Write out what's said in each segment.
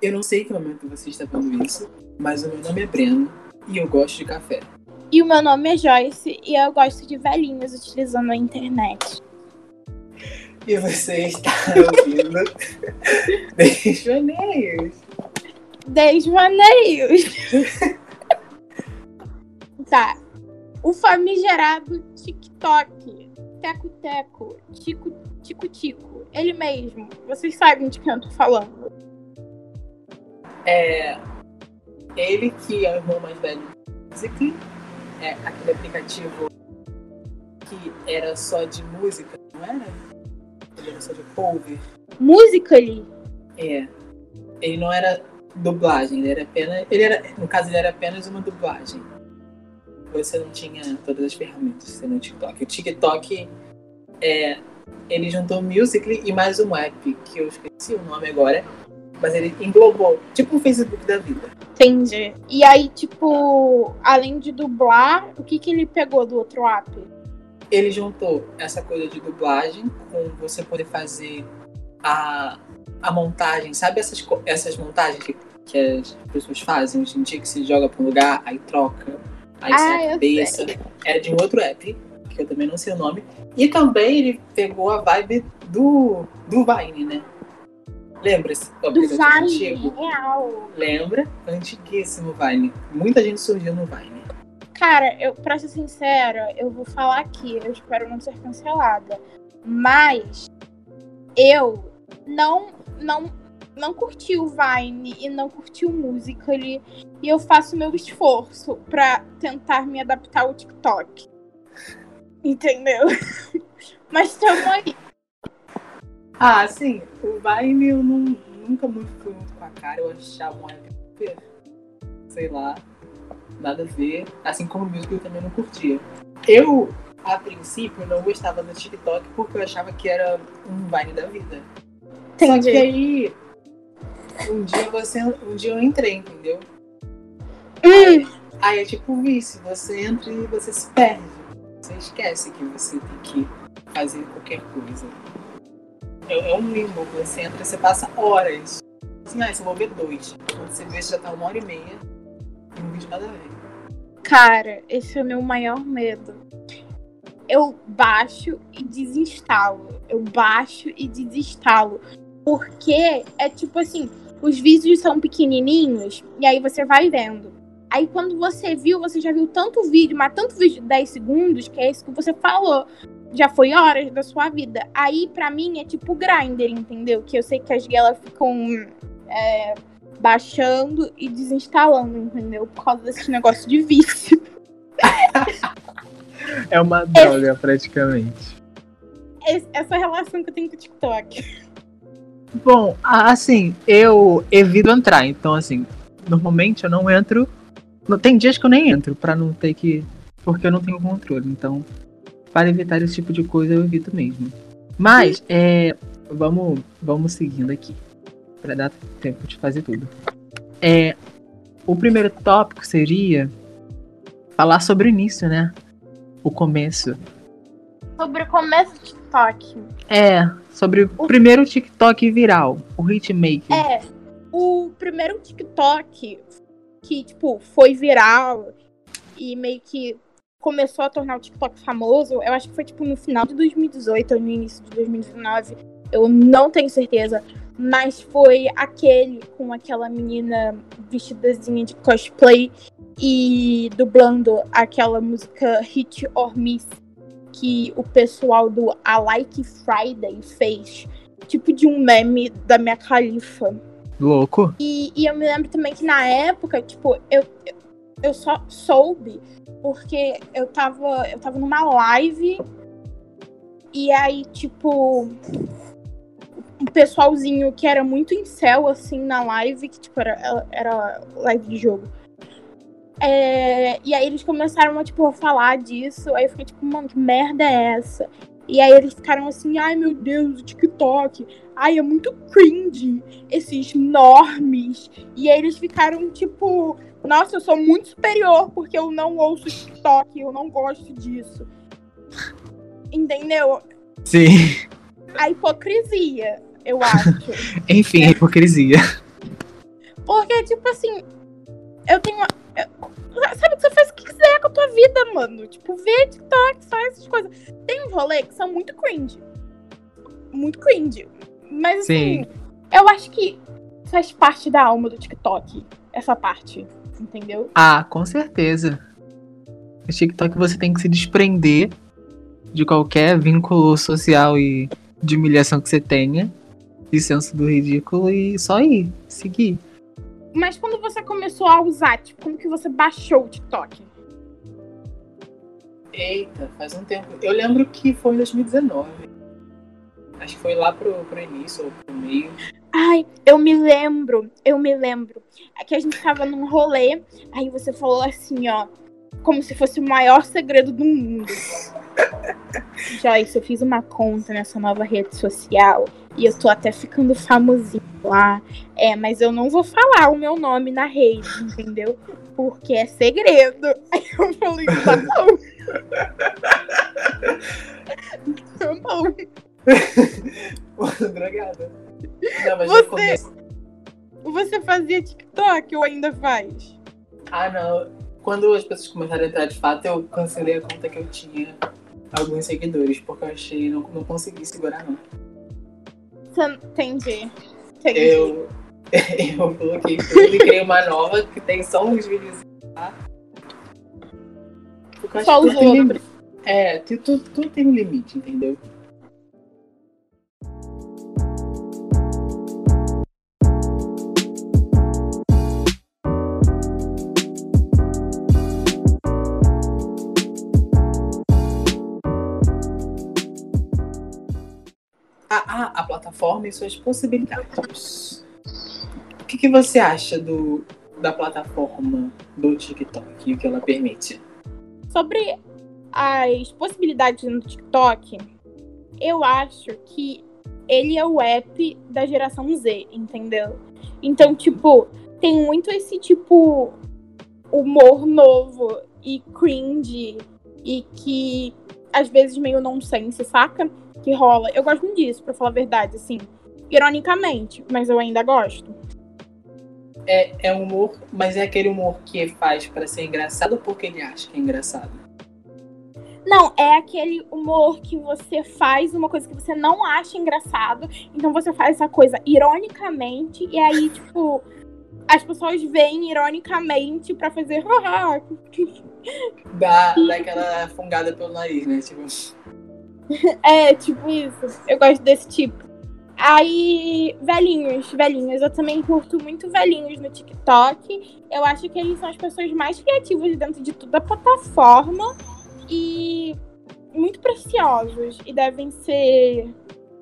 Eu não sei em que momento você está vendo isso, mas o meu nome é Breno e eu gosto de café. E o meu nome é Joyce e eu gosto de velhinhos utilizando a internet. E você está ouvindo Desvaneios. Desvaneios. Tá. O famigerado TikTok. Teco-teco. Tico-tico. Ele mesmo. Vocês sabem de quem eu tô falando. Ele que é o irmão mais velho do Musical.ly, aquele aplicativo que era só de música, não era? Ele era só de cover. Musical.ly? Ele não era dublagem, no caso ele era apenas uma dublagem. Você não tinha todas as ferramentas que você no TikTok. O TikTok ele juntou o Musical.ly e mais um app, que eu esqueci o nome agora, mas ele englobou, tipo um Facebook da vida. Entendi. E aí, tipo, além de dublar, o que ele pegou do outro app? Ele juntou essa coisa de dublagem com você poder fazer a montagem, sabe essas montagens que as pessoas fazem hoje em dia, que se joga para um lugar, aí troca, aí sai a cabeça. Era de um outro app, que eu também não sei o nome. E também ele pegou a vibe do Vine, né? Lembra-se? Do Vine, antigo? Real. Lembra? Antiguíssimo Vine. Muita gente surgiu no Vine. Cara, pra ser sincera, eu vou falar aqui, eu espero não ser cancelada, mas eu não curti o Vine e não curti o Musical.ly, e eu faço meu esforço pra tentar me adaptar ao TikTok. Entendeu? Mas tamo aí. Ah, sim. O Vine eu nunca fui muito com a cara. Eu achava um app, sei lá, nada a ver. Assim como o Musical.ly eu também não curtia. Eu, a princípio, não gostava do TikTok porque eu achava que era um Vine da vida. Entendi. Só que aí, um dia eu entrei, entendeu? Aí é tipo um vício. Você entra e você se perde. Você esquece que você tem que fazer qualquer coisa. É um limbo. Você entra e você passa horas. Assim, eu vou ver 2. Quando você vê, já tá 1h30. E um vídeo nada a ver. Cara, esse é o meu maior medo. Eu baixo e desinstalo. Porque é tipo assim, os vídeos são pequenininhos e aí você vai vendo. Aí quando você já viu tanto vídeo, mas tanto vídeo de 10 segundos, que é isso que você falou. Já foi horas da sua vida. Aí pra mim é tipo Grindr, entendeu? Que eu sei que as guelas ficam baixando e desinstalando, entendeu? Por causa desse negócio de vício. É uma droga, praticamente. Essa relação que eu tenho com o TikTok. Bom, assim, eu evito entrar. Então, assim, normalmente eu não entro. Tem dias que eu nem entro, pra não ter que... Porque eu não tenho controle. Então, para evitar esse tipo de coisa, eu evito mesmo. Mas, vamos seguindo aqui. Pra dar tempo de fazer tudo. O primeiro tópico seria falar sobre o início, né? O começo. Sobre o começo do TikTok. Sobre o primeiro TikTok viral, o Hitmaker. O primeiro TikTok que, tipo, foi viral e meio que começou a tornar o TikTok famoso, eu acho que foi, tipo, no final de 2018 ou no início de 2019. Eu não tenho certeza. Mas foi aquele com aquela menina vestidazinha de cosplay e dublando aquela música Hit or Miss que o pessoal do I Like Friday fez. Tipo de um meme da Mia Khalifa. Louco. E eu me lembro também que na época, tipo, eu só soube porque eu tava numa live e aí, tipo... um pessoalzinho que era muito incel, assim, na live, que, tipo, era live de jogo. E aí eles começaram a, tipo, falar disso, aí eu fiquei, tipo, mano, que merda é essa? E aí eles ficaram assim, ai, meu Deus, o TikTok, ai, é muito cringe, esses normes. E aí eles ficaram, tipo, nossa, eu sou muito superior, porque eu não ouço TikTok, eu não gosto disso. Entendeu? Sim. A hipocrisia, eu acho. Enfim, a hipocrisia. Porque, tipo assim, eu tenho. Sabe que você faz o que quiser com a tua vida, mano. Tipo, vê TikTok, faz essas coisas. Tem uns rolês que são muito cringe. Muito cringe. Mas, assim, eu acho que faz parte da alma do TikTok. Essa parte, entendeu? Ah, com certeza. No TikTok você tem que se desprender de qualquer vínculo social e de humilhação que você tenha. De senso do ridículo e só ir, seguir. Mas quando você começou a usar, tipo, como que você baixou o TikTok? Eita, faz um tempo. Eu lembro que foi em 2019. Acho que foi lá pro início ou pro meio. Ai, eu me lembro. É que a gente tava num rolê, aí você falou assim, ó, como se fosse o maior segredo do mundo. Joyce, eu fiz uma conta nessa nova rede social e eu tô até ficando famosinho lá. Mas eu não vou falar o meu nome na rede, entendeu? Porque é segredo. Aí eu falei, tá bom. Tá bom. Drogada. Não, mas Você fazia TikTok ou ainda faz? Ah, não. Quando as pessoas começaram a entrar de fato, eu cancelei a conta que eu tinha alguns seguidores, porque eu achei não consegui segurar, não. Entendi. Eu coloquei tudo e criei uma nova que tem só uns vídeos lá. Porque eu acho Só que os tudo tem outros. limite. Tudo tem um limite, entendeu? A plataforma e suas possibilidades. O que você acha da plataforma do TikTok e o que ela permite? Sobre as possibilidades no TikTok, eu acho que ele é o app da geração Z, entendeu? Então, tipo, tem muito esse, tipo, humor novo e cringe e que, às vezes, meio nonsense, saca? Que rola. Eu gosto muito disso, pra falar a verdade, assim. Ironicamente, mas eu ainda gosto. É humor, mas é aquele humor que faz pra ser engraçado ou porque ele acha que é engraçado? Não, é aquele humor que você faz uma coisa que você não acha engraçado, então você faz essa coisa ironicamente, e aí, tipo, as pessoas veem ironicamente pra fazer Dá aquela fungada pelo nariz, né? Tipo... tipo isso. Eu gosto desse tipo. Aí, velhinhos. Eu também curto muito velhinhos no TikTok. Eu acho que eles são as pessoas mais criativas dentro de toda a plataforma e muito preciosos e devem ser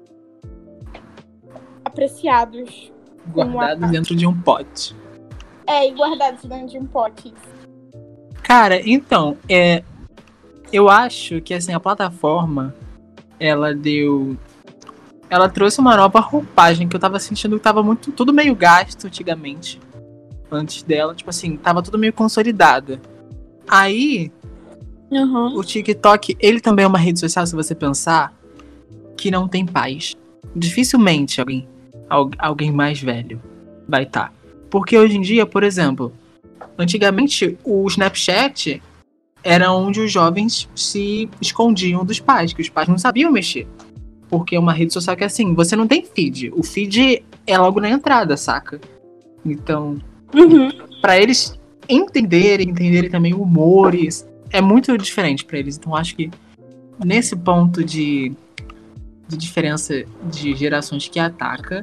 apreciados. Guardados dentro de um pote. E guardados dentro de um pote. Cara, então, eu acho que assim, a plataforma, ela trouxe uma nova roupagem que eu tava sentindo que tava tudo meio gasto antigamente. Antes dela, tipo assim, tava tudo meio consolidada. Aí, o TikTok, ele também é uma rede social, se você pensar, que não tem paz. Dificilmente alguém mais velho vai estar. Porque hoje em dia, por exemplo, antigamente o Snapchat era onde os jovens se escondiam dos pais, que os pais não sabiam mexer. Porque é uma rede social que, assim, você não tem feed. O feed é logo na entrada, saca? Então, pra eles entenderem também o humor, é muito diferente pra eles. Então, acho que nesse ponto de diferença de gerações que ataca...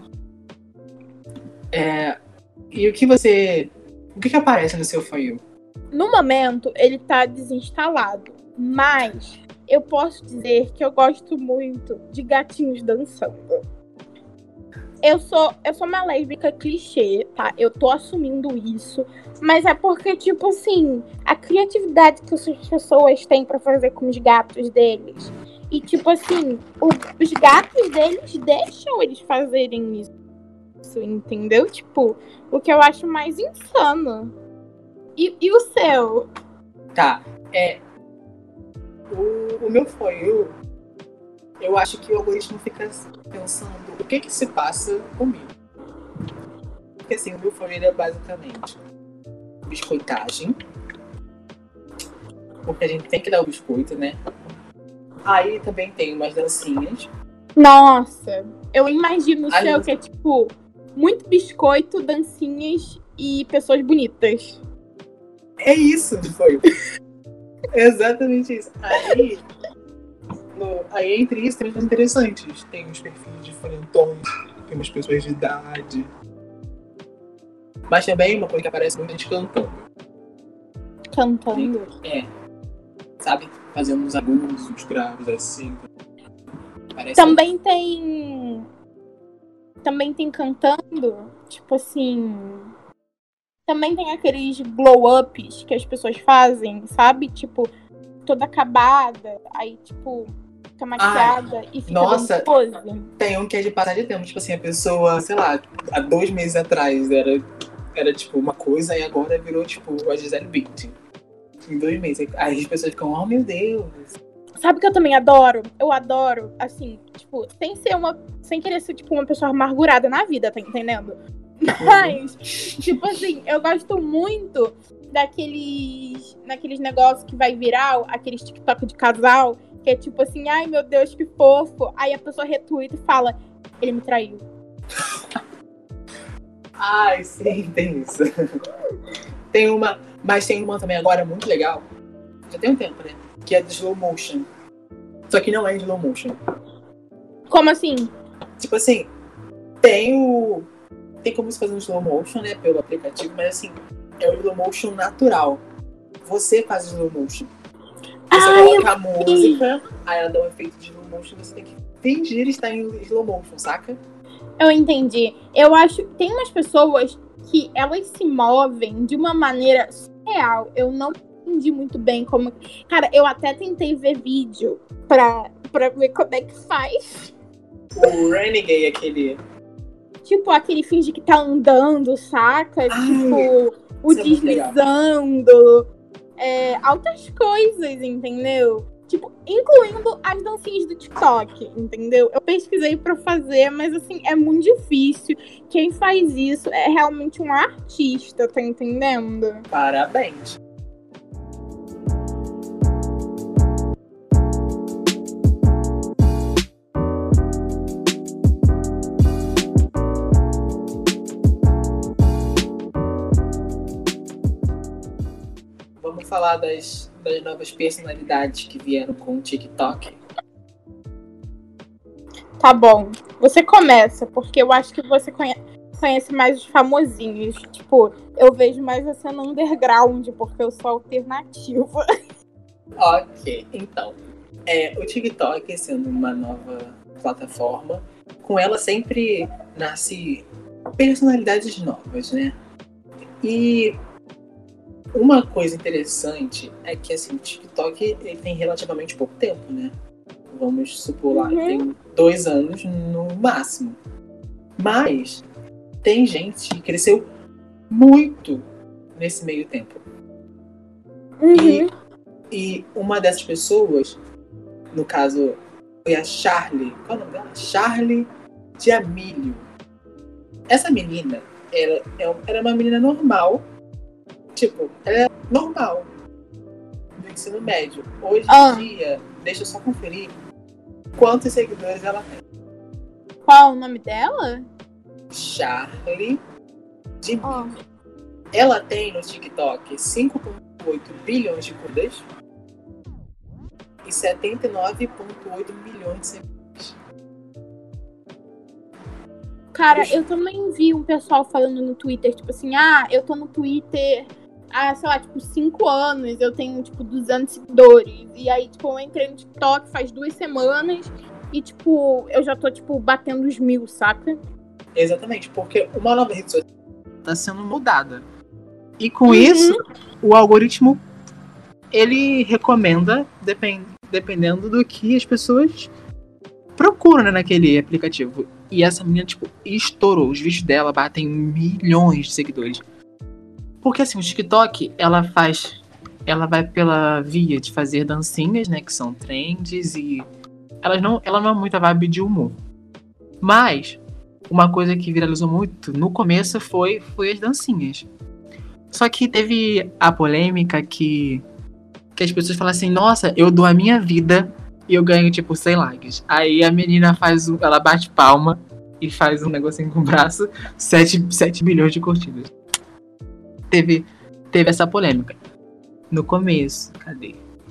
E o que aparece no seu For You? No momento, ele tá desinstalado. Mas eu posso dizer que eu gosto muito de gatinhos dançando. Eu sou uma lésbica clichê, tá? Eu tô assumindo isso. Mas é porque, tipo assim, a criatividade que essas pessoas têm pra fazer com os gatos deles. E, tipo assim, os gatos deles deixam eles fazerem isso, entendeu? Tipo, o que eu acho mais insano. E o seu? Tá, o meu For You, eu acho que o algoritmo fica pensando o que se passa comigo. porque assim, o meu família é basicamente biscoitagem. Porque a gente tem que dar o biscoito, né? Aí também tem umas dancinhas. Nossa, eu imagino o Ai, seu eu- que é tipo muito biscoito, dancinhas e pessoas bonitas. É isso, foi. Exatamente isso. Aí entre isso tem coisas interessantes. Tem uns perfis diferentões, tem umas pessoas de idade. Mas também uma coisa que aparece muita gente cantando. Cantando. Sabe? Fazendo uns agudos, uns graves assim. Parece Também tem cantando, tipo assim. Também tem aqueles glow-ups que as pessoas fazem, sabe? Tipo, toda acabada, aí, tipo, fica maquiada e fica nossa. dando pose. Tem um que é de passar de tempo. Tipo assim, a pessoa, sei lá, há 2 meses atrás era tipo uma coisa e agora virou tipo a Gisele Bündchen. Em 2 meses. Aí as pessoas ficam, oh meu Deus. Sabe o que eu também adoro? Eu adoro, assim, tipo, sem querer ser, tipo, uma pessoa amargurada na vida, tá entendendo? Mas, tipo assim, eu gosto muito daqueles negócios que vai viral, aqueles TikTok de casal, que é tipo assim, ai meu Deus, que fofo. Aí a pessoa retweeta e fala, ele me traiu. Ai, sim, tem isso. Mas tem uma também agora muito legal. Já tem um tempo, né? Que é de slow motion. Só que não é em slow motion. Como assim? Tipo assim, tem como você fazer um slow motion, né? Pelo aplicativo, mas assim, é o slow motion natural. Você faz slow motion. Você coloca a música, aí ela dá um efeito de slow motion, você tem que fingir estar em slow motion, saca? Eu entendi. Eu acho que tem umas pessoas que elas se movem de uma maneira surreal. Eu não entendi muito bem como. Cara, eu até tentei ver vídeo pra ver como é que faz. O Renegade, aquele. Tipo, aquele finge que tá andando, saca? Ai, tipo, o isso é muito legal. deslizando. Altas coisas, entendeu? Tipo, incluindo as dancinhas do TikTok, entendeu? Eu pesquisei pra fazer, mas assim, é muito difícil. Quem faz isso é realmente um artista, tá entendendo? Parabéns. Vamos falar das novas personalidades que vieram com o TikTok. Tá bom. Você começa, porque eu acho que você conhece mais os famosinhos. Tipo, eu vejo mais você no underground, porque eu sou alternativa. Ok, então. O TikTok sendo uma nova plataforma, com ela sempre nasce personalidades novas, né? E uma coisa interessante é que assim, o TikTok ele tem relativamente pouco tempo, né? Vamos supor lá, tem 2 anos no máximo. Mas tem gente que cresceu muito nesse meio tempo. E uma dessas pessoas, no caso, foi a Charli. Qual é o nome dela? Charli D'Amelio. Essa menina, ela era uma menina normal. Tipo, ela é normal. Do ensino médio. Hoje em dia, deixa eu só conferir quantos seguidores ela tem. Qual o nome dela? Charli D'Amelio. Ela tem no TikTok 5,8 bilhões de curtidas e 79,8 milhões de seguidores. Cara, eu também vi um pessoal falando no Twitter, tipo assim, eu tô no Twitter há, sei lá, tipo, 5 anos, eu tenho, tipo, 200 seguidores. E aí, tipo, eu entrei no TikTok faz 2 semanas e, tipo, eu já tô, tipo, batendo os 1000, saca? Exatamente, porque uma nova rede social tá sendo mudada. E com isso, o algoritmo, ele recomenda, dependendo do que as pessoas procuram, né, naquele aplicativo. E essa menina, tipo, estourou. Os vídeos dela batem milhões de seguidores. Porque, assim, o TikTok, ela vai pela via de fazer dancinhas, né, que são trends, e ela não é muito a vibe de humor. Mas uma coisa que viralizou muito no começo foi as dancinhas. Só que teve a polêmica que as pessoas falam assim, nossa, eu dou a minha vida e eu ganho, tipo, 100 likes. Aí a menina ela bate palma e faz um negocinho com o braço, 7 bilhões de curtidas. Teve essa polêmica. No começo, cadê?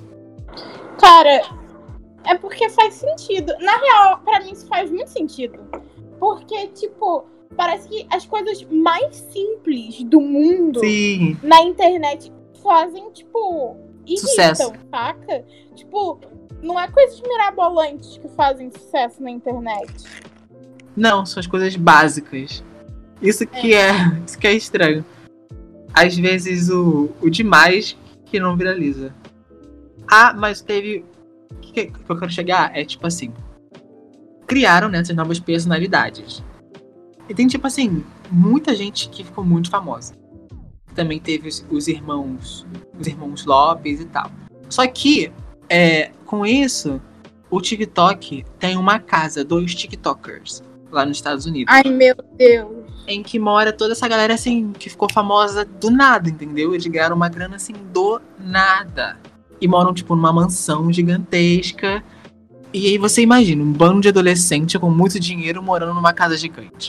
Cara, é porque faz sentido. Na real, pra mim isso faz muito sentido. Porque, tipo, parece que as coisas mais simples do mundo Sim. na internet fazem, tipo, Sucesso. saca? Tipo, não é coisas mirabolantes que fazem sucesso na internet. Não, são as coisas básicas. Isso que é estranho. Às vezes o demais que não viraliza. Ah, mas teve... O que eu quero chegar é, tipo assim... Criaram, né, essas novas personalidades. E tem, tipo assim, muita gente que ficou muito famosa. Também teve os irmãos Lopes e tal. Só que, com isso, o TikTok tem uma casa, 2 TikTokers, lá nos Estados Unidos. Ai, meu Deus. Em que mora toda essa galera, assim, que ficou famosa do nada, entendeu? Eles ganharam uma grana, assim, do nada. E moram, tipo, numa mansão gigantesca. E aí você imagina, um bando de adolescente com muito dinheiro morando numa casa gigante.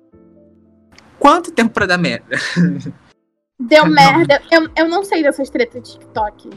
Quanto tempo pra dar merda? Deu merda. Eu não sei dessas tretas de TikTok.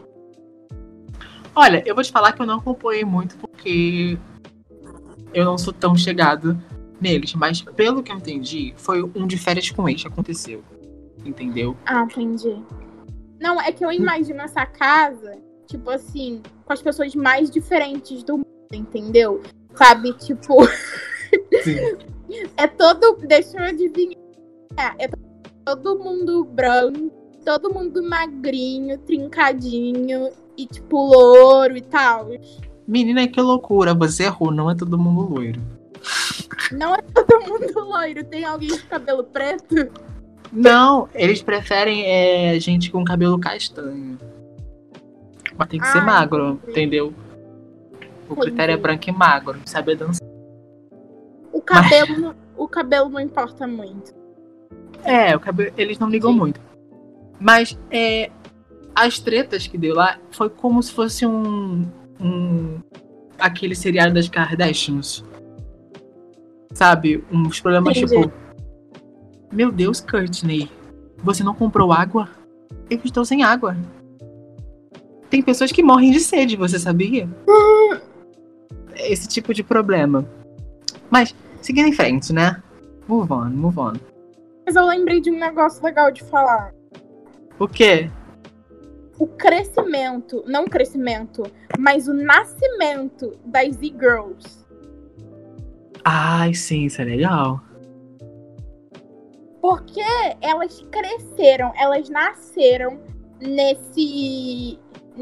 Olha, eu vou te falar que eu não acompanhei muito porque eu não sou tão chegado neles. Mas pelo que eu entendi, foi um de férias com ex que aconteceu. Entendeu? Ah, entendi. Não, é que eu imagino essa casa, tipo assim, com as pessoas mais diferentes do mundo, entendeu? Sabe, tipo... Sim. É todo... Deixa eu adivinhar. É todo mundo branco, todo mundo magrinho, trincadinho e, tipo, louro e tal. Menina, que loucura. Você errou, não é todo mundo loiro. Não é todo mundo loiro. Tem alguém de cabelo preto? Não, eles preferem gente com cabelo castanho. Mas tem que ser magro, entendeu? O critério é branco e magro, saber dançar. O cabelo não importa muito. O cabelo, eles não ligam muito. Mas as tretas que deu lá foi como se fosse aquele seriado das Kardashians. Sabe? Uns problemas tipo... Meu Deus, Courtney, você não comprou água? Eu estou sem água. Tem pessoas que morrem de sede, você sabia? Esse tipo de problema. Mas, seguindo em frente, né? Move on. Mas eu lembrei de um negócio legal de falar. O quê? O crescimento, não o crescimento, mas o nascimento das Z-Girls. Ai, sim, isso é legal. Porque elas cresceram, elas nasceram nesse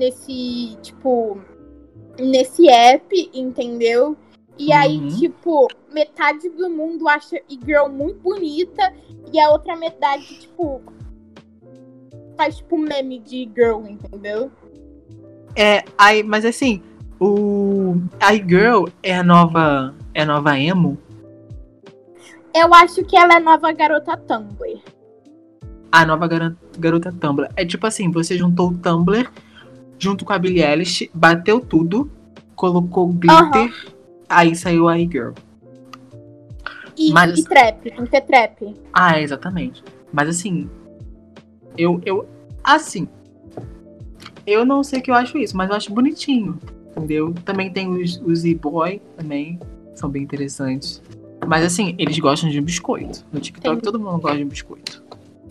app, entendeu? E aí, tipo, metade do mundo acha E-Girl muito bonita e a outra metade, tipo, faz, tipo, meme de E-Girl, entendeu? Mas assim, a E-Girl é a nova emo? Eu acho que ela é a nova garota Tumblr. A nova garota Tumblr. É tipo assim, você juntou o Tumblr junto com a Billie Eilish, bateu tudo, colocou glitter, aí saiu a E-Girl. E trap, tem que ter trap. Ah, exatamente. Mas assim, eu não sei o que eu acho isso, mas eu acho bonitinho, entendeu? Também tem os E-Boy também, são bem interessantes. Mas assim, eles gostam de um biscoito. No TikTok todo mundo gosta de um biscoito.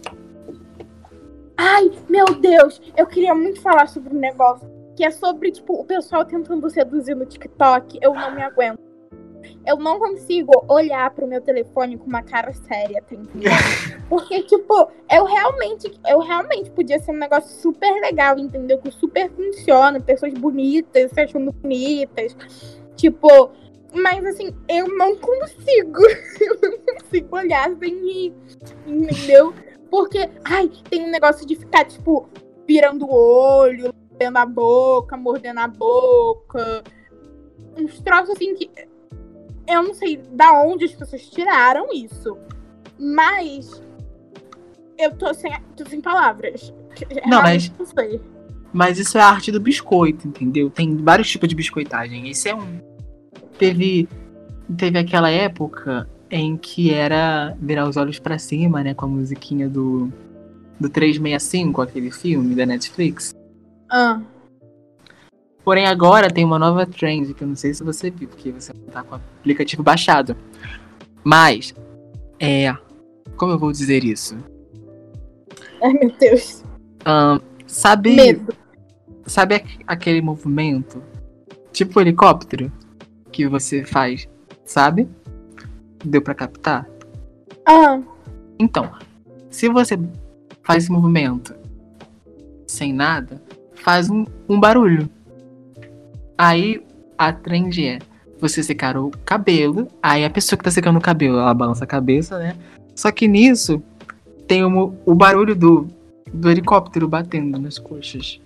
Ai, meu Deus! Eu queria muito falar sobre um negócio. Que é sobre, tipo, o pessoal tentando seduzir no TikTok. Eu não me aguento. Eu não consigo olhar pro meu telefone com uma cara séria, tá entendendo? Porque, tipo, eu realmente podia ser um negócio super legal, entendeu? Que super funciona. Pessoas bonitas, se achando bonitas. Tipo... Mas, assim, eu não consigo. Eu não consigo olhar sem rir, entendeu? Porque, tem um negócio de ficar, tipo, virando o olho, lambendo a boca, mordendo a boca. Uns troços, assim, que... eu não sei da onde as pessoas tiraram isso, mas eu tô sem palavras. Não, Realmente não sei. mas isso é a arte do biscoito, entendeu? Tem vários tipos de biscoitagem. Esse é um. Teve aquela época em que era virar os olhos pra cima, né? Com a musiquinha do 365, aquele filme da Netflix. Ah. Porém, agora tem uma nova trend que eu não sei se você viu, porque você não tá com o aplicativo baixado. Mas, como eu vou dizer isso? Ai, meu Deus. Sabe Medo. Sabe aquele movimento, tipo helicóptero, que você faz, sabe? Deu pra captar? Ah. Então, se você faz esse movimento sem nada, faz um barulho. Aí a trend é você secar o cabelo, aí a pessoa que tá secando o cabelo, ela balança a cabeça, né? Só que nisso tem o barulho do helicóptero batendo nas coxas.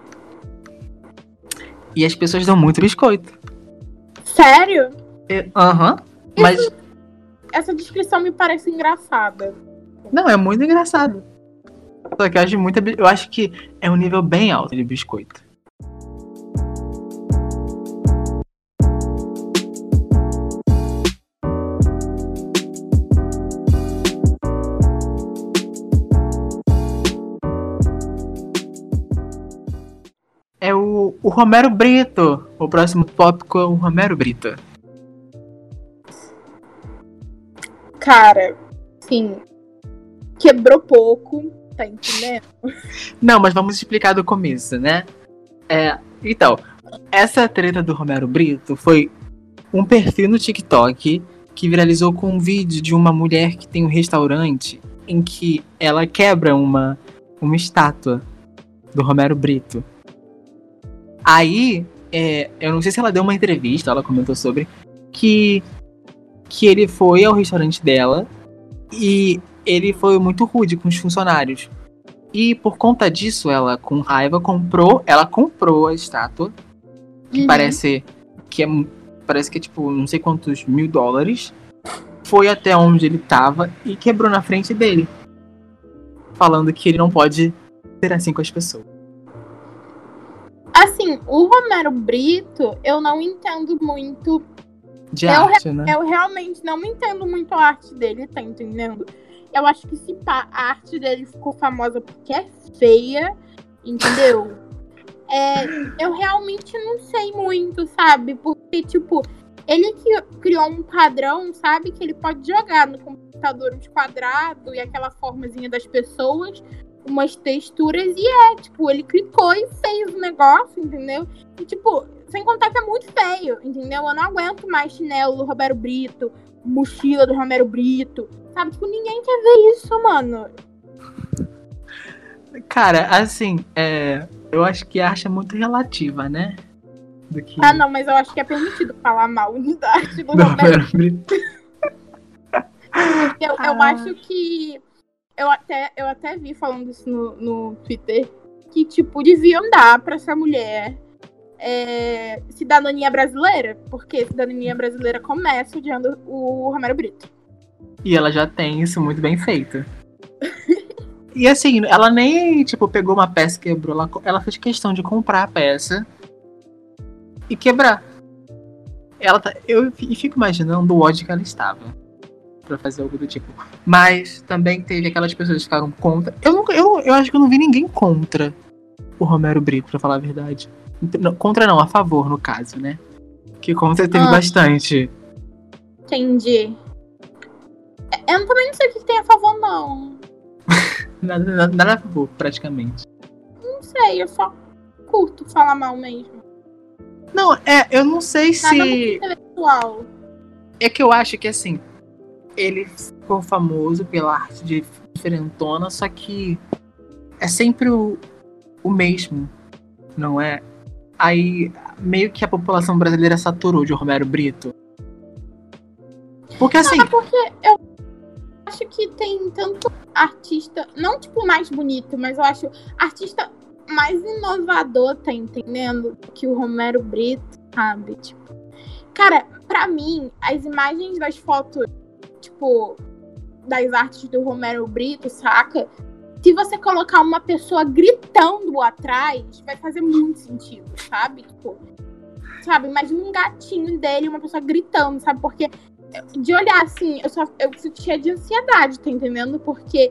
E as pessoas dão muito biscoito. Sério? Aham. Mas Essa descrição me parece engraçada. não, é muito engraçado. Só que eu acho que é um nível bem alto de biscoito. É o Romero Brito. O próximo tópico é o Romero Brito. Cara, sim. Quebrou pouco, tá entendendo? Não, mas vamos explicar do começo, né? Então, essa treta do Romero Brito foi um perfil no TikTok que viralizou com um vídeo de uma mulher que tem um restaurante em que ela quebra uma estátua do Romero Brito. Aí, eu não sei se ela deu uma entrevista, ela comentou sobre que ele foi ao restaurante dela e ele foi muito rude com os funcionários. E por conta disso, ela, com raiva, comprou a estátua, que parece que é tipo não sei quantos $1.000, foi até onde ele tava e quebrou na frente dele, falando que ele não pode ser assim com as pessoas. Assim, o Romero Brito, eu não entendo muito De arte, né? Eu realmente não entendo muito a arte dele, tá entendendo? Eu acho que a arte dele ficou famosa porque é feia, entendeu? Eu realmente não sei muito, sabe? Porque, tipo, ele que criou um padrão, sabe? Que ele pode jogar no computador uns quadrados e aquela formazinha das pessoas, umas texturas, e tipo, ele clicou e fez o negócio, entendeu? E, tipo, sem contar que é muito feio, entendeu? Eu não aguento mais chinelo do Romero Brito, mochila do Romero Brito, sabe? Tipo, ninguém quer ver isso, mano. Cara, assim, eu acho que a arte é muito relativa, né? Ah, não, mas eu acho que é permitido falar mal da arte do Romero Brito. Eu acho que... Eu até vi falando isso no Twitter, que, tipo, deviam dar pra essa mulher cidadania brasileira, porque cidadania brasileira começa odiando o Romero Brito. E ela já tem isso muito bem feito. E assim, ela nem, tipo, pegou uma peça e quebrou, ela fez questão de comprar a peça e quebrar. Eu fico imaginando o ódio que ela estava pra fazer algo do tipo. Mas também teve aquelas pessoas que ficaram contra. Eu acho que eu não vi ninguém contra o Romero Brito, pra falar a verdade. Contra não, a favor, no caso, né? Que contra teve bastante. Entendi. Eu também não sei o que tem a favor, não. Nada a favor, praticamente. Não sei, eu só curto falar mal mesmo. Não, eu não sei se... Nada muito intelectual. É que eu acho que, assim, ele ficou famoso pela arte de diferentona, só que é sempre o mesmo, não é? Aí, meio que a população brasileira saturou de Romero Brito. Porque, assim... Não, é porque eu acho que tem tanto artista, não tipo mais bonito, mas eu acho artista mais inovador, tá entendendo? Que o Romero Brito, sabe? Tipo, Cara, pra mim, as imagens das fotos, tipo, das artes do Romero Brito, saca? Se você colocar uma pessoa gritando atrás, vai fazer muito sentido, sabe? Tipo, sabe? Imagina um gatinho dele e uma pessoa gritando, sabe? Porque de olhar assim, eu sentia de ansiedade, tá entendendo? Porque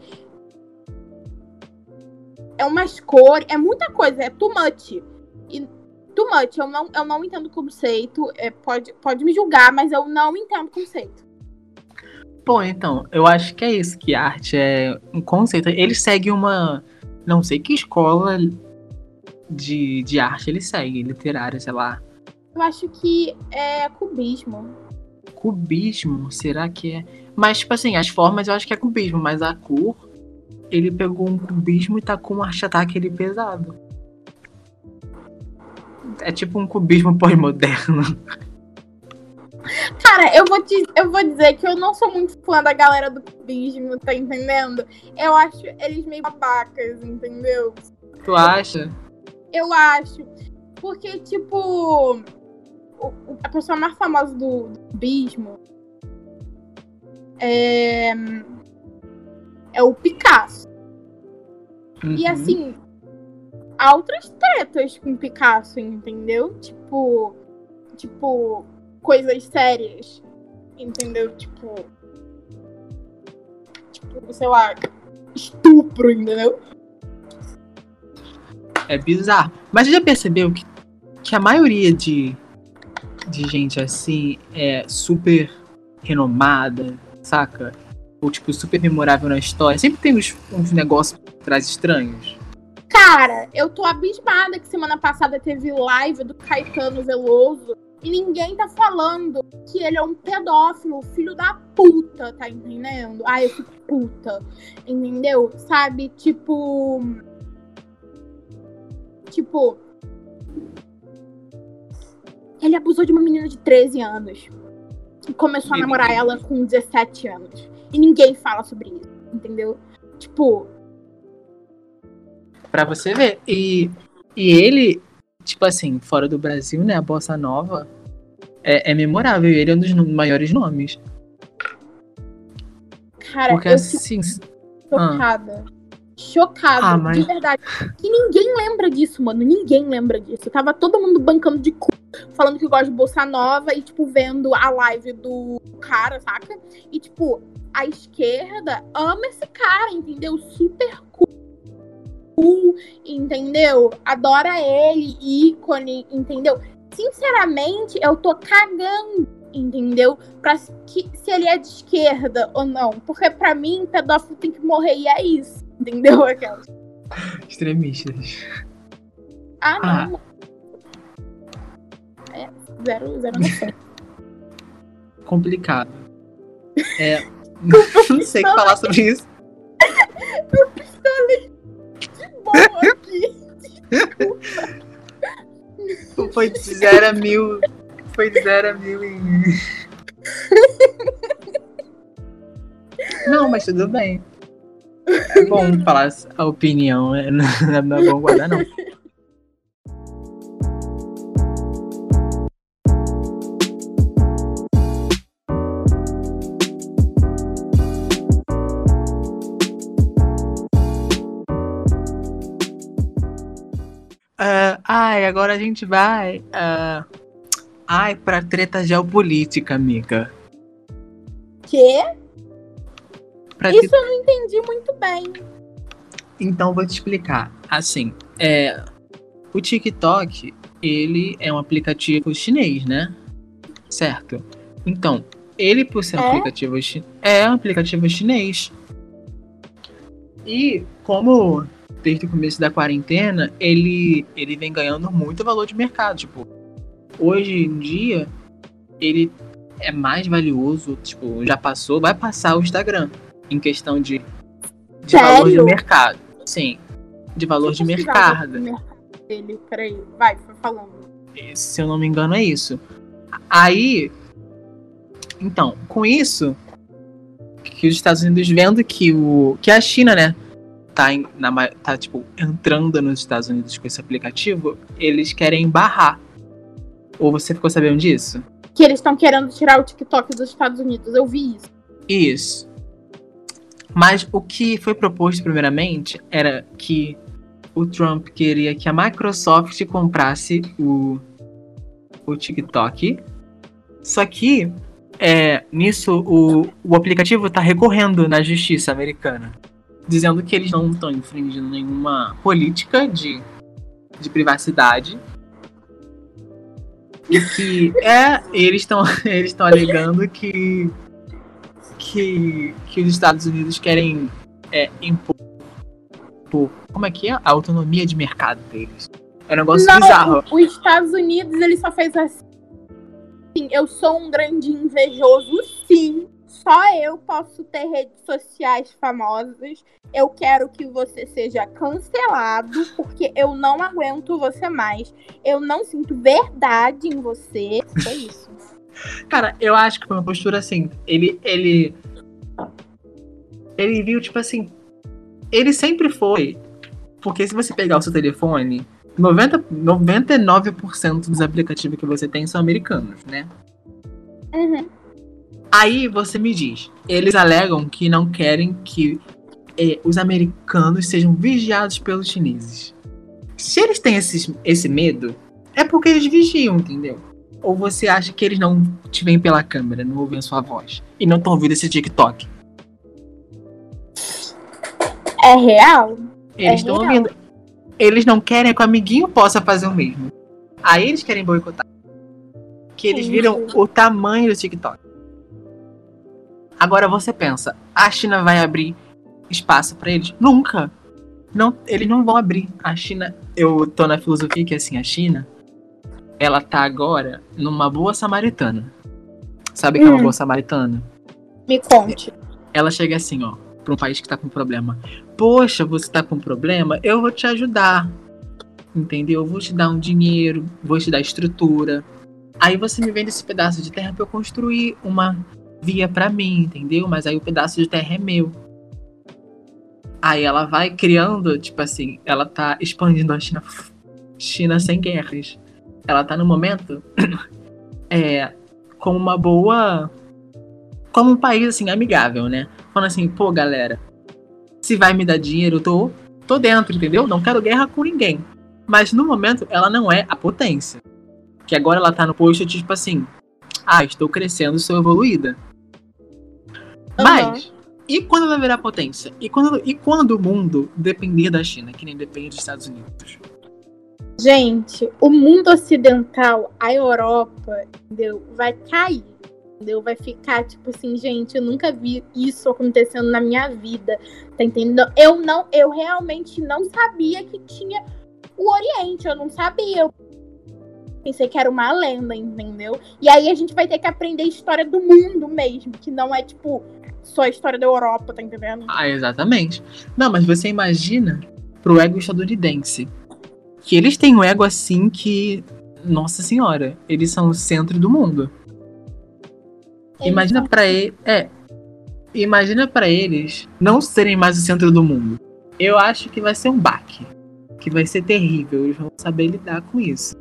é umas cores, é muita coisa, é too much. E too much, eu não entendo o conceito. Pode me julgar, mas eu não entendo o conceito. Bom, então, eu acho que é isso, que arte é um conceito. Ele segue uma... Não sei que escola de arte ele segue, literária, sei lá. Eu acho que é cubismo. Cubismo? Será que é? Mas, tipo assim, as formas eu acho que é cubismo, mas a cor... Ele pegou um cubismo e tá com um arte-ataque ali pesado. É tipo um cubismo pós-moderno. Cara, eu vou dizer que eu não sou muito fã da galera do cubismo, tá entendendo? Eu acho eles meio babacas, entendeu? Tu acha? Eu acho. Porque, tipo, a pessoa mais famosa do cubismo é o Picasso. Uhum. E, assim, há outras tretas com o Picasso, entendeu? Tipo, coisas sérias, entendeu? Tipo, sei lá, estupro, entendeu? É bizarro. Mas você já percebeu que a maioria de gente assim é super renomada, saca? Ou tipo, super memorável na história. Sempre tem uns negócios por trás estranhos. Cara, eu tô abismada que semana passada teve live do Caetano Veloso e ninguém tá falando que ele é um pedófilo, filho da puta, tá entendendo? Ai, eu fico puta, entendeu? Sabe, tipo, ele abusou de uma menina de 13 anos e começou a namorar ela com 17 anos. E ninguém fala sobre isso, entendeu? Tipo... Pra você ver. E ele, tipo assim, fora do Brasil, né, a Bossa Nova é memorável. E ele é um dos maiores nomes. Cara, porque eu assim... fico chocada, mas... de verdade. Que ninguém lembra disso, mano. Ninguém lembra disso. Tava todo mundo bancando de cu, falando que gosta de Bossa Nova e, tipo, vendo a live do cara, saca? E, tipo, a esquerda ama esse cara, entendeu? Super cool, entendeu? Adora ele, ícone, entendeu? Sinceramente, eu tô cagando, entendeu? Pra se ele é de esquerda ou não. Porque pra mim, pedófilo tem que morrer e é isso, entendeu? Aquelas extremistas. não. É, zero noção. Complicado. Não sei o que falar sobre isso. Eu pistolei de boa aqui. Desculpa. Foi de 0 a 1000. Foi de 0 a 1000 em... Não, mas tudo bem. É bom falar a opinião. Não é bom guardar, não. Agora a gente vai pra treta geopolítica, amiga. Quê? Isso eu não entendi muito bem. Então vou te explicar. Assim, o TikTok, ele é um aplicativo chinês, né? Certo? Então, ele por ser um aplicativo chinês. E como desde o começo da quarentena, ele vem ganhando muito valor de mercado. Tipo, hoje em dia, ele é mais valioso, tipo, vai passar o Instagram em questão de valor de mercado. Sim, de valor de mercado. Peraí, vai falando. Se eu não me engano, é isso. Aí, então, com isso, que os Estados Unidos vendo que a China, né, tá tipo, entrando nos Estados Unidos com esse aplicativo, eles querem barrar. Ou você ficou sabendo disso? Que eles estão querendo tirar o TikTok dos Estados Unidos. Eu vi isso. Isso. Mas o que foi proposto primeiramente era que o Trump queria que a Microsoft comprasse o TikTok. Só que nisso o aplicativo está recorrendo na justiça americana, dizendo que eles não estão infringindo nenhuma política de privacidade. E que eles estão alegando que os Estados Unidos querem impor, como é que é? A autonomia de mercado deles. É um negócio bizarro. Os Estados Unidos, ele só fez assim. Eu sou um grande invejoso, sim. Só eu posso ter redes sociais famosas. Eu quero que você seja cancelado, porque eu não aguento você mais. Eu não sinto verdade em você. Foi isso. Cara, eu acho que foi uma postura assim. Ele viu, tipo assim. Ele sempre foi. Porque se você pegar o seu telefone, 99% dos aplicativos que você tem são americanos, né? Uhum. Aí você me diz, eles alegam que não querem que os americanos sejam vigiados pelos chineses. Se eles têm esse medo, é porque eles vigiam, entendeu? Ou você acha que eles não te veem pela câmera, não ouvem a sua voz e não estão ouvindo esse TikTok? É real? Eles estão ouvindo. Eles não querem que o amiguinho possa fazer o mesmo. Aí eles querem boicotar. Que eles viram o tamanho do TikTok. Agora você pensa, a China vai abrir espaço pra eles? Nunca. Não, eles não vão abrir. A China, eu tô na filosofia que assim, a China, ela tá agora numa boa samaritana. Sabe o que é uma boa samaritana? Me conte. Ela chega assim, ó, pra um país que tá com problema. Poxa, você tá com problema? Eu vou te ajudar. Entendeu? Eu vou te dar um dinheiro, vou te dar estrutura. Aí você me vende esse pedaço de terra pra eu construir uma via pra mim, entendeu? Mas aí o pedaço de terra é meu. Aí ela vai criando, tipo assim, ela tá expandindo a China sem guerras. Ela tá no momento como uma boa, como um país assim amigável, né? Falando assim, pô, galera, se vai me dar dinheiro, eu tô dentro, entendeu? Não quero guerra com ninguém. Mas no momento ela não é a potência. Que agora ela tá no posto tipo assim, estou crescendo, sou evoluída. Mas, e quando ela virar potência? E quando o mundo depender da China, que nem depende dos Estados Unidos? Gente, o mundo ocidental, a Europa, entendeu? Vai cair, entendeu? Vai ficar tipo assim, gente, eu nunca vi isso acontecendo na minha vida, tá entendendo? Eu realmente não sabia que tinha o Oriente, eu não sabia. Eu pensei que era uma lenda, entendeu? E aí a gente vai ter que aprender a história do mundo mesmo, que não é tipo só a história da Europa, tá entendendo? Exatamente. Não, mas você imagina pro ego estadunidense. Que eles têm um ego assim que, nossa senhora, eles são o centro do mundo. Imagina pra eles não serem mais o centro do mundo. Eu acho que vai ser um baque. Que vai ser terrível. Eles vão saber lidar com isso.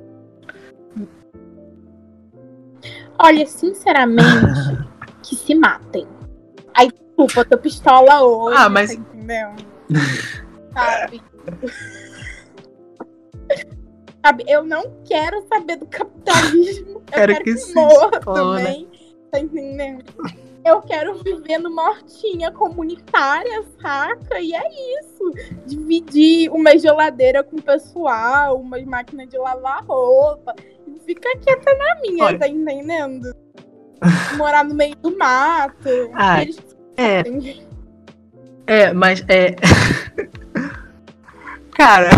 Olha, sinceramente, que se matem. Aí, desculpa, eu tô pistola hoje, mas... tá entendendo? Sabe? Sabe, eu não quero saber do capitalismo. Eu quero que morra também. Tá entendendo? Eu quero viver numa hortinha comunitária, saca? E é isso. Dividir uma geladeira com o pessoal, umas máquinas de lavar roupa. E ficar quieta na minha, tá entendendo? Morar no meio do mato. Mas cara...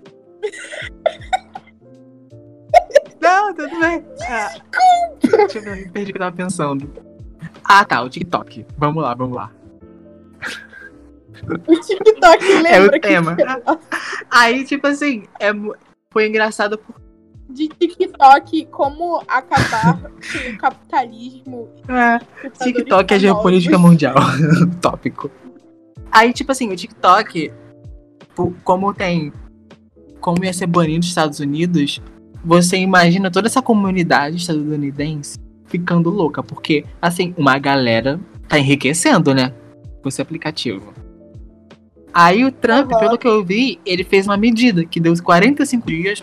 Não, tudo bem. Deixa eu ver, perdi o que eu tava pensando. Tá, o TikTok. Vamos lá. O TikTok lembra o tema. Aí, tipo assim, foi engraçado de TikTok, como acabar com o capitalismo. TikTok é geopolítica mundial. Tópico. Aí, tipo assim, o TikTok, como ia ser banido nos Estados Unidos, você imagina toda essa comunidade estadunidense ficando louca, porque, assim, uma galera tá enriquecendo, né, com esse aplicativo. Aí o Trump, pelo que eu vi, ele fez uma medida que deu 45 dias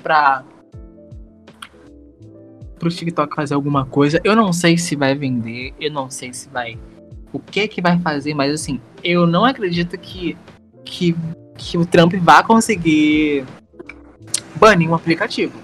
pro TikTok fazer alguma coisa. Eu não sei se vai vender, eu não sei se vai... O que vai fazer, mas assim, eu não acredito que o Trump vá conseguir banir um aplicativo.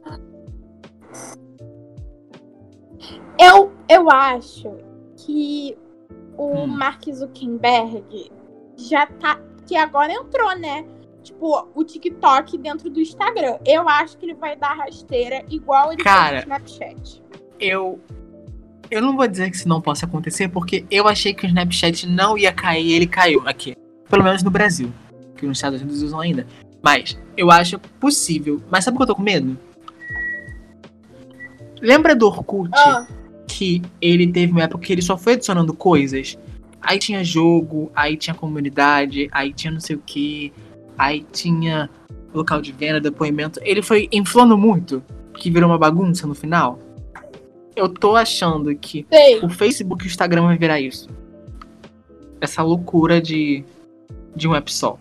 Eu acho que o Mark Zuckerberg já tá... Que agora entrou, né? Tipo, o TikTok dentro do Instagram. Eu acho que ele vai dar rasteira igual ele fez no Snapchat. Eu não vou dizer que isso não possa acontecer, porque eu achei que o Snapchat não ia cair, ele caiu aqui. Pelo menos no Brasil, que nos Estados Unidos usam ainda. Mas eu acho possível. Mas sabe o que eu tô com medo? Lembra do Orkut? Que ele teve uma época que ele só foi adicionando coisas? Aí tinha jogo, aí tinha comunidade, aí tinha não sei o que, aí tinha local de venda, depoimento. Ele foi inflando muito, que virou uma bagunça no final. Eu tô achando que o Facebook e o Instagram vai virar isso. Essa loucura de um app só.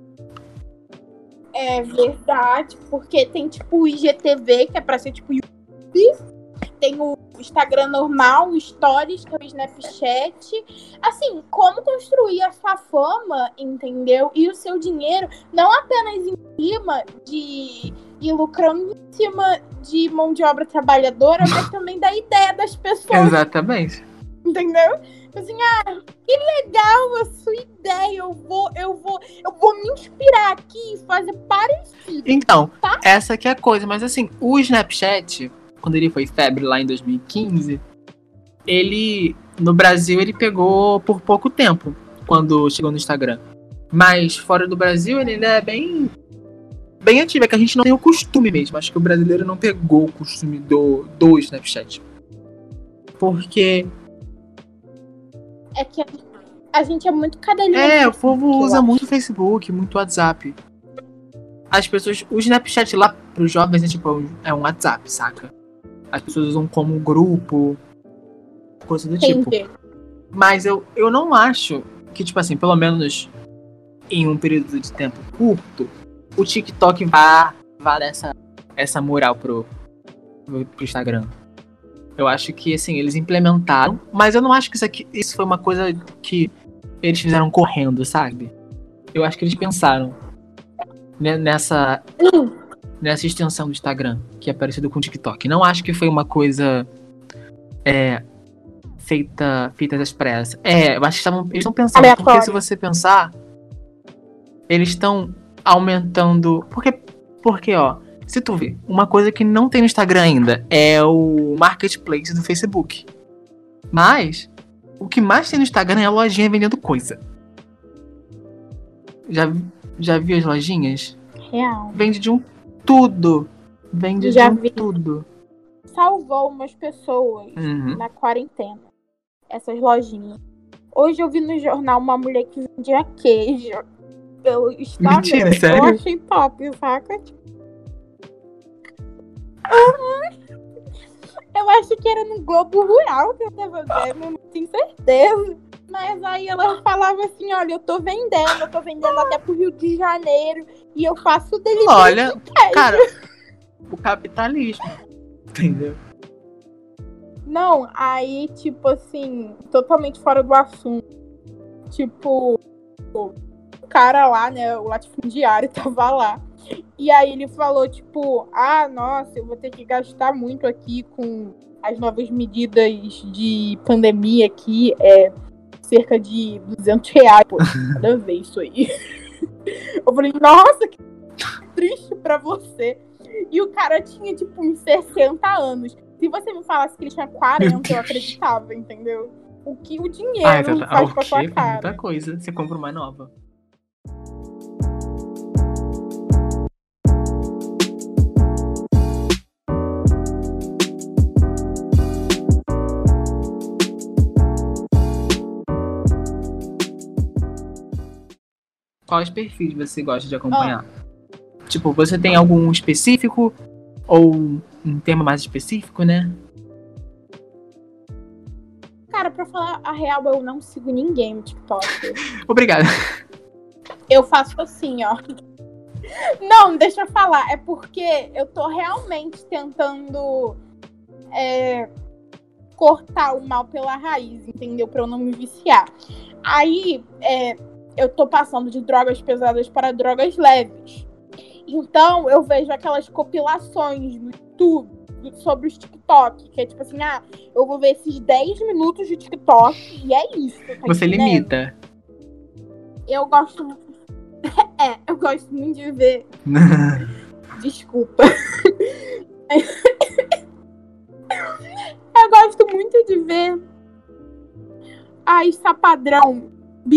É verdade, porque tem tipo o IGTV, que é pra ser tipo YouTube. Tem o Instagram normal, o Stories, que é o Snapchat. Assim, como construir a sua fama, entendeu? E o seu dinheiro, não apenas em cima de ir lucrando em cima de mão de obra trabalhadora, mas também da ideia das pessoas. Exatamente. Entendeu? Assim, que legal a sua ideia. Eu vou me inspirar aqui e fazer parecido. Então, tá? Essa que é a coisa. Mas assim, o Snapchat, quando ele foi febre lá em 2015, no Brasil, ele pegou por pouco tempo, quando chegou no Instagram. Mas fora do Brasil, ele ainda é bem ativo. É que a gente não tem o costume mesmo. Acho que o brasileiro não pegou o costume do Snapchat. Porque... É que a gente é muito cadelinha. O povo usa muito Facebook, muito WhatsApp. As pessoas... O Snapchat lá pros jovens é um WhatsApp, saca? As pessoas usam como grupo, coisa do tipo. Mas eu não acho que, tipo assim, pelo menos em um período de tempo curto, o TikTok vá dar essa moral pro Instagram. Eu acho que, assim, eles implementaram, mas eu não acho que isso foi uma coisa que eles fizeram correndo, sabe? Eu acho que eles pensaram nessa extensão do Instagram, que é parecido com o TikTok. Não acho que foi uma coisa feita às pressas. Eu acho que eles estão pensando, aleatório. Porque se você pensar, eles estão aumentando... Porque, ó, se tu vê, uma coisa que não tem no Instagram ainda é o Marketplace do Facebook. Mas o que mais tem no Instagram é a lojinha vendendo coisa. Já viu as lojinhas? Real. Vende de tudo. Vende de tudo. Salvou umas pessoas na quarentena. Essas lojinhas. Hoje eu vi no jornal uma mulher que vendia queijo. Mentira, sério? Eu achei top, saca? Eu acho que era no Globo Rural que eu tava vendo, não tenho certeza. Mas aí ela falava assim, olha, eu tô vendendo até pro Rio de Janeiro e eu faço delivery. Olha, cara, o capitalismo, entendeu? Não, aí, tipo assim, totalmente fora do assunto. Tipo, o cara lá, né, o latifundiário tava lá. E aí ele falou, tipo, nossa, eu vou ter que gastar muito aqui com as novas medidas de pandemia aqui, cerca de R$200, pô, cada vez isso aí. Eu falei, nossa, que triste pra você. E o cara tinha, tipo, uns 60 anos. Se você me falasse que ele tinha 40, eu acreditava, entendeu? O que o dinheiro faz com a sua cara. Muita coisa, você compra uma nova. Quais perfis você gosta de acompanhar? Tipo, você tem algum específico? Ou um tema mais específico, né? Cara, pra falar a real, eu não sigo ninguém no TikTok. Obrigado. Eu faço assim, ó. Não, deixa eu falar. É porque eu tô realmente tentando cortar o mal pela raiz, entendeu? Pra eu não me viciar. Aí, eu tô passando de drogas pesadas para drogas leves. Então, eu vejo aquelas compilações no YouTube sobre os TikTok, que é tipo assim, eu vou ver esses 10 minutos de TikTok e é isso. Tá Você entendendo? limita. Eu gosto... eu gosto muito de ver... Desculpa. Eu gosto muito de ver as sapadrão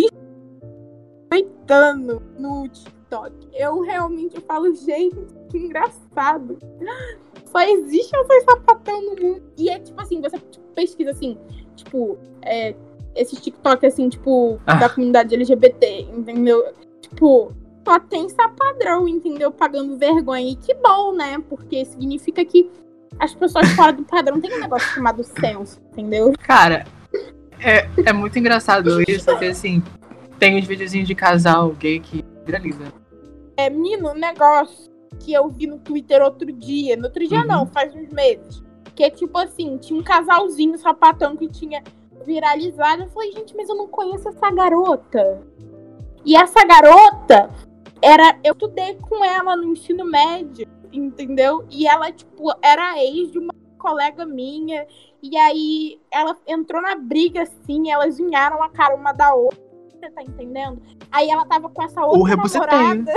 biscoitando no TikTok. Eu realmente falo, gente, que engraçado. Só existe essas sapatão no mundo. E é tipo assim, você pesquisa assim, tipo, esses TikTok assim, tipo, da comunidade LGBT, entendeu? Tipo, só tem sapadrão, entendeu? Pagando vergonha. E que bom, né? Porque significa que as pessoas fora do padrão tem um negócio chamado senso, entendeu? Cara, é muito engraçado isso, porque assim, tem uns videozinhos de casal gay que viraliza. Menino, um negócio que eu vi no Twitter outro dia. No outro dia não, faz uns meses. Que é tipo assim, tinha um casalzinho sapatão que tinha viralizado. Eu falei, gente, mas eu não conheço essa garota. E essa garota, eu estudei com ela no ensino médio, entendeu? E ela, tipo, era ex de uma colega minha. E aí, ela entrou na briga, assim, elas unharam a cara uma da outra, tá entendendo? Aí ela tava com essa outra namorada...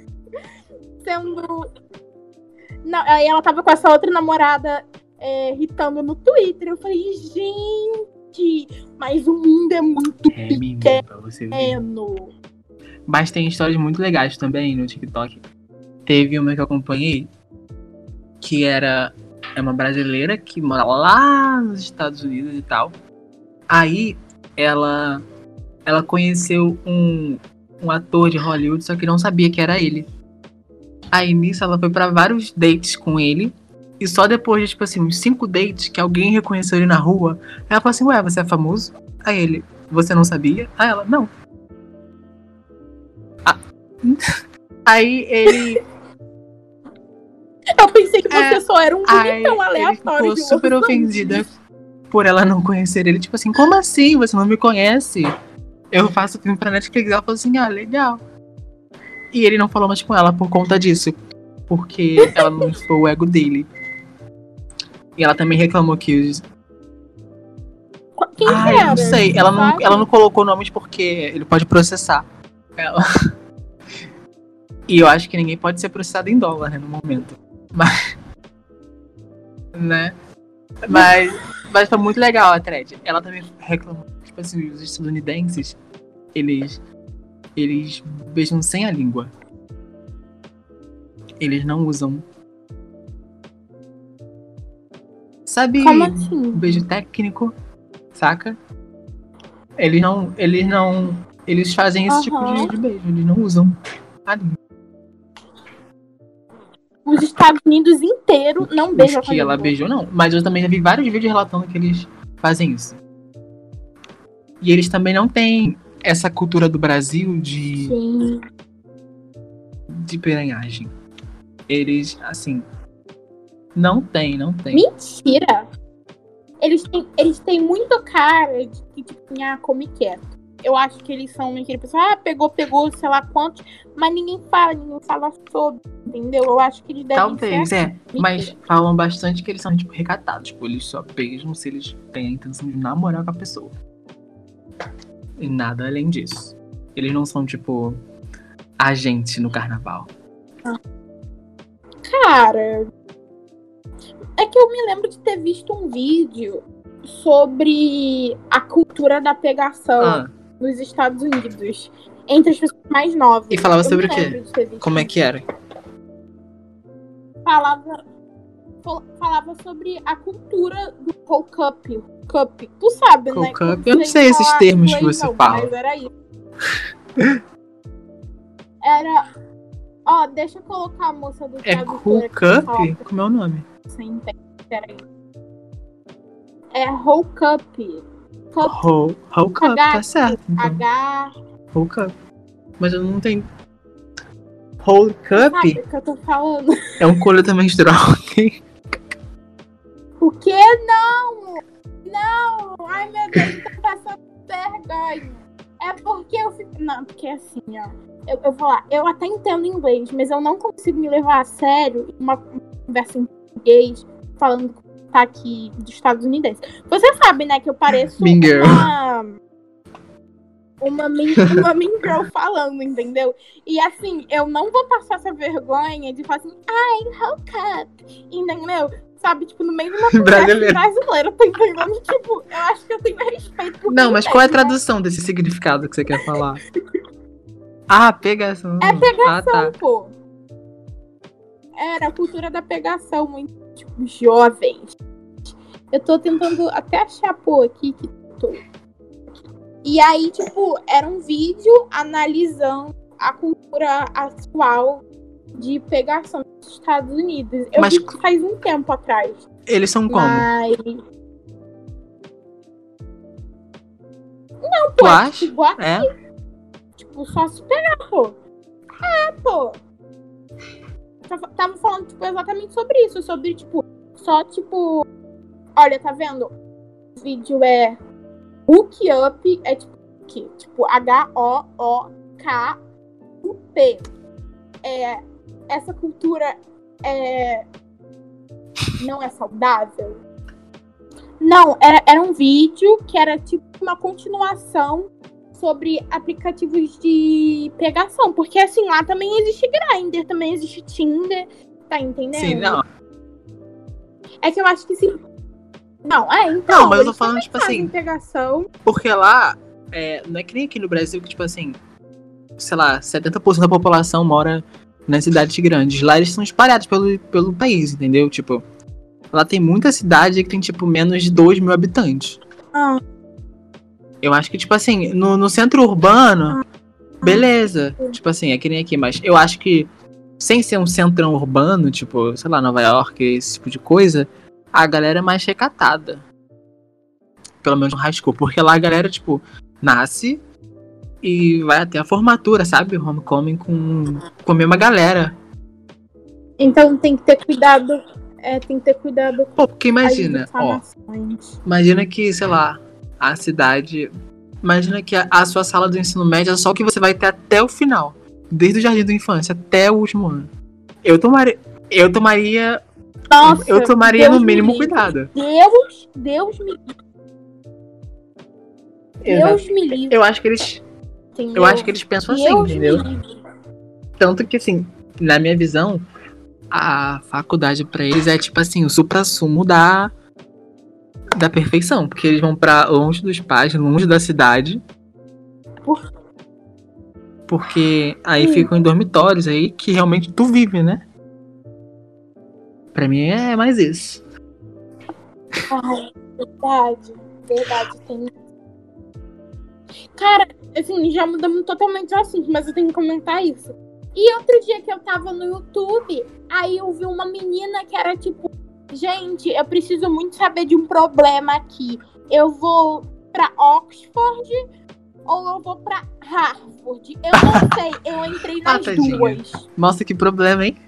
Não, aí ela tava com essa outra namorada irritando no Twitter. Eu falei, gente, mas o mundo é muito pequeno. Mas tem histórias muito legais também no TikTok. Teve uma que eu acompanhei, que é uma brasileira que mora lá nos Estados Unidos e tal. Aí ela conheceu um ator de Hollywood, só que não sabia que era ele. Aí nisso ela foi pra vários dates com ele. E só depois de, tipo assim, uns 5 dates que alguém reconheceu ele na rua, ela falou assim, ué, você é famoso? Aí ele, você não sabia? Aí ela, não. Aí ele... Eu pensei que você só era um bonitão aleatório. Ele ficou super ofendida por ela não conhecer ele. Tipo assim, como assim? Você não me conhece? Eu faço filme pra Netflix. Ela falou assim, legal. E ele não falou mais com ela por conta disso. Porque ela não foi o ego dele. E ela também reclamou que os... Quem era? Eu não sei. Ela não colocou nomes porque ele pode processar ela. E eu acho que ninguém pode ser processado em dólar, né, no momento. Mas... né? Mas foi muito legal a thread. Ela também reclamou. Tipo assim, os estadunidenses, eles beijam sem a língua. Eles não usam. Sabe? Como assim? Beijo técnico, saca? Eles fazem esse tipo de beijo. Eles não usam a língua. Os Estados Unidos inteiro não beijam que ela beijou, não. Mas eu também já vi vários vídeos relatando que eles fazem isso. E eles também não têm essa cultura do Brasil de piranhagem. Eles, assim, não tem. Mentira! Eles têm muito cara de que, tipo, come quieto. Eu acho que eles são aquele pessoal, pegou, sei lá quantos, mas ninguém fala sobre, entendeu? Eu acho que eles devem talvez, ser mas falam bastante que eles são, tipo, recatados. Tipo, eles só beijam se eles têm a intenção de namorar com a pessoa. E nada além disso. Eles não são, tipo, agente no carnaval. Cara, é que eu me lembro de ter visto um vídeo sobre a cultura da pegação nos Estados Unidos, entre as pessoas mais novas. E falava sobre o quê? Como é que era? Falava sobre a cultura do hook-up. Tu sabe, né? Hook-up? Eu não sei esses termos que você fala. Mas era isso. Ó, deixa eu colocar a moça do É tradutor aqui. Hookup? Como é o nome? Sim, peraí. É Hookup. Hookup, tá certo. Então. H. Hookup. Mas eu não tenho. Sabe Hookup o que eu tô falando? é um coleta menstrual. O quê? Não! Não! Ai, meu Deus, tô passando vergonha. É porque eu fico... Não, porque assim, ó. Eu vou lá. Eu até entendo inglês, mas eu não consigo me levar a sério em uma conversa em português falando com sotaque dos Estados Unidos. Você sabe, né, que eu pareço Mean girl. uma mean girl falando, entendeu? E assim, eu não vou passar essa vergonha de falar assim, ai, hook up, entendeu? Sabe, tipo, no meio de uma conversa brasileira, tá entendendo? Tipo, eu acho que eu tenho respeito por Não, mas quem qual é a né? tradução desse significado que você quer falar? Ah, pegação. É pegação, tá. pô. Era a cultura da pegação, muito, tipo, jovens. Eu tô tentando até achar, pô, aqui que tô. E aí, tipo, era um vídeo analisando a cultura atual de pegação nos Estados Unidos. Eu vi que faz um tempo atrás. Eles são como? Mas... Não, pô, é tipo, igual aqui. Tipo, só se pegar, pô. É, pô. Tava falando, tipo, exatamente sobre isso. Sobre, tipo, só, tipo... Olha, tá vendo? O vídeo é Hook Up, é tipo, que? Tipo, H-O-O-K-U-P. Essa cultura não é saudável? Não, era um vídeo que era tipo uma continuação sobre aplicativos de pegação. Porque assim, lá também existe Grindr, também existe Tinder, tá entendendo? Sim, não. É que eu acho que sim. Não, então. Não, mas eu tô falando, tipo assim. Pegação. Porque lá, não é que nem aqui no Brasil, que, tipo assim, sei lá, 70% da população mora nas cidades grandes. Lá eles são espalhados pelo país, entendeu? Tipo, lá tem muita cidade que tem, tipo, menos de 2.000 habitantes. Eu acho que, tipo assim, no centro urbano, beleza. Tipo assim, é que nem aqui, mas eu acho que sem ser um centrão urbano, tipo, sei lá, Nova York, esse tipo de coisa, a galera é mais recatada. Pelo menos no high school. Porque lá a galera, tipo, nasce e vai até a formatura, sabe? Homecoming com a mesma galera. Então tem que ter cuidado. Tem que ter cuidado. Pô, porque imagina, imagina que, sei lá, a cidade... Imagina que a sua sala do ensino médio é só o que você vai ter até o final. Desde o jardim da infância até o último ano. Eu tomaria... Nossa, eu tomaria no mínimo cuidado. Deus me livre. Deus me livre. Eu acho que eles... Entendeu? Eu acho que eles pensam assim, entendeu? Tanto que, assim, na minha visão, a faculdade pra eles é, tipo assim, o suprassumo da perfeição. Porque eles vão pra longe dos pais, longe da cidade. Porque aí ficam em dormitórios aí que realmente tu vive, né? Pra mim é mais isso. Verdade. Tem... Cara, assim, já mudamos totalmente o assunto, mas eu tenho que comentar isso. E outro dia que eu tava no YouTube, aí eu vi uma menina que era tipo, gente, eu preciso muito saber de um problema aqui. Eu vou pra Oxford ou eu vou pra Harvard? Eu não sei, eu entrei nas duas. Nossa, que problema, hein?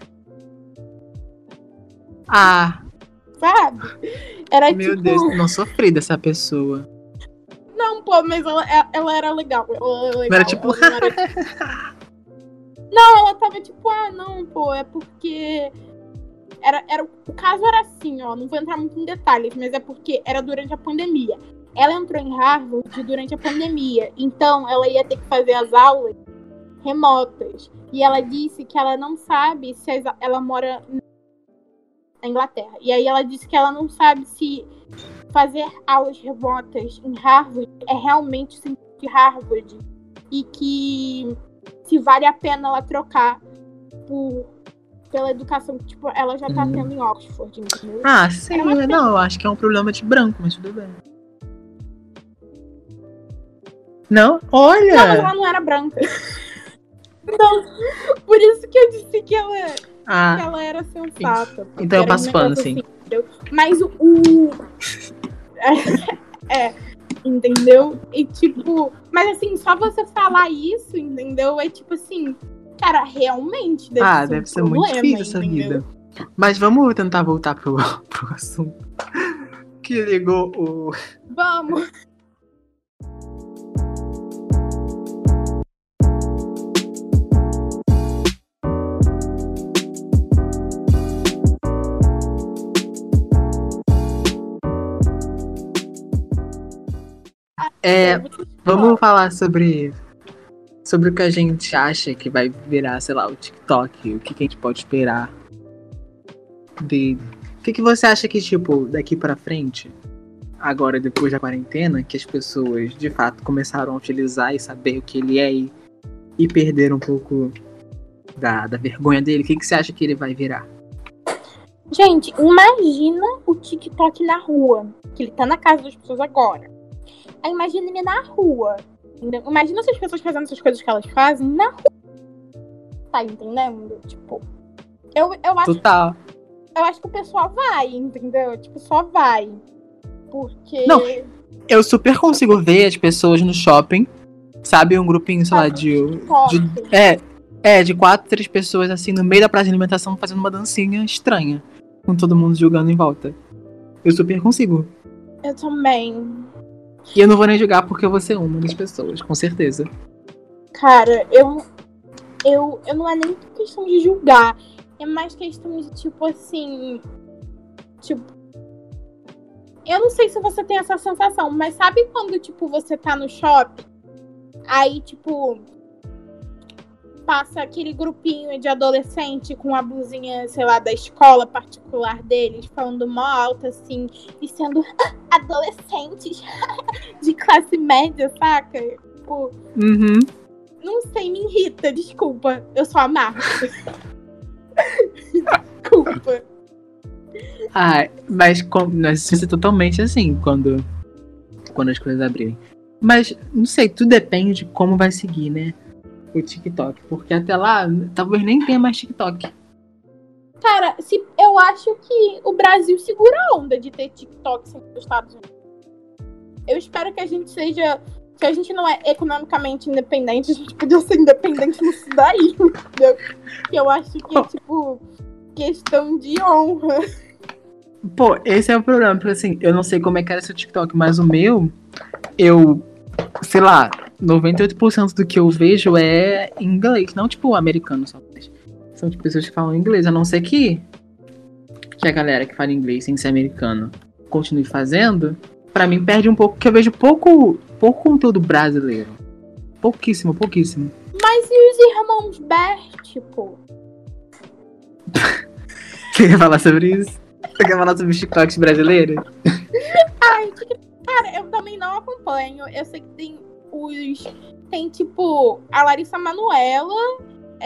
Sabe? Era meu tipo... Deus, não sofri dessa pessoa. Não, pô, mas ela era legal. Era tipo... Não, ela tava tipo, não, pô, é porque... O caso era assim, ó, não vou entrar muito em detalhes, mas é porque era durante a pandemia. Ela entrou em Harvard durante a pandemia, então ela ia ter que fazer as aulas remotas. E ela disse que ela não sabe se ela mora na Inglaterra. E aí ela disse que ela não sabe se fazer aulas remotas em Harvard é realmente de Harvard. E que se vale a pena ela trocar pela educação que, tipo, ela já tá tendo em Oxford, entendeu? Sim, não, eu acho que é um problema de branco, mas tudo bem. Não? Olha! Não, mas ela não era branca. Não, por isso que eu disse que ela Ah, era sensata. então eu Era passo um pano, negócio sim. assim, entendeu? Mas entendeu? E tipo, mas assim, só você falar isso, entendeu? É tipo assim, cara, realmente deve ser um muito problema, difícil essa entendeu? vida. Mas vamos tentar voltar pro assunto que ligou o. Vamos. Vamos falar sobre o que a gente acha que vai virar, sei lá, o TikTok, o que a gente pode esperar dele. O que você acha que, tipo, daqui pra frente, agora depois da quarentena, que as pessoas de fato começaram a utilizar e saber o que ele é e perderam um pouco da vergonha dele, o que você acha que ele vai virar? Gente, imagina o TikTok na rua, que ele tá na casa das pessoas agora. Aí imagina ele na rua. Entendeu? Imagina essas pessoas fazendo essas coisas que elas fazem na rua. Tá entendendo? Tipo, eu acho, Total. eu acho que o pessoal vai, entendeu? Tipo, só vai. Porque. Não. Eu super consigo ver as pessoas no shopping, sabe? Um grupinho, sei lá, de 4, 3 pessoas assim no meio da praça de alimentação fazendo uma dancinha estranha, com todo mundo jogando em volta. Eu super consigo. Eu também. E eu não vou nem julgar porque eu vou ser uma das pessoas, com certeza. Cara, eu não é nem questão de julgar. É mais questão de, tipo, assim. Tipo. Eu não sei se você tem essa sensação, mas sabe quando, tipo, você tá no shopping? Aí, tipo. Passa aquele grupinho de adolescente com a blusinha, sei lá, da escola particular deles, falando mó alto, assim, e sendo adolescentes de classe média, saca? Tipo, não sei, me irrita, desculpa. Eu sou a Marta. Desculpa. Mas isso é totalmente assim, quando as coisas abrirem. Mas, não sei, tudo depende de como vai seguir, né? O TikTok, porque até lá talvez nem tenha mais TikTok. Cara, eu acho que o Brasil segura a onda de ter TikTok nos Estados Unidos. Eu espero que a gente seja. Se a gente não é economicamente independente, a gente podia ser independente nisso daí, entendeu? Que eu acho que é, tipo, questão de honra. Pô, esse é o problema, porque assim, eu não sei como é que era seu TikTok, mas o meu, sei lá, 98% do que eu vejo é em inglês, não tipo americano só. São de pessoas que falam inglês, a não ser que a galera que fala inglês sem ser americano continue fazendo. Pra mim perde um pouco, porque eu vejo pouco conteúdo brasileiro. Pouquíssimo. Mas e os irmãos Bert, pô? Quer falar sobre isso? Você quer falar sobre os TikToks brasileiros? Ai, cara, eu também não acompanho. Eu sei que tem tipo a Larissa Manoela,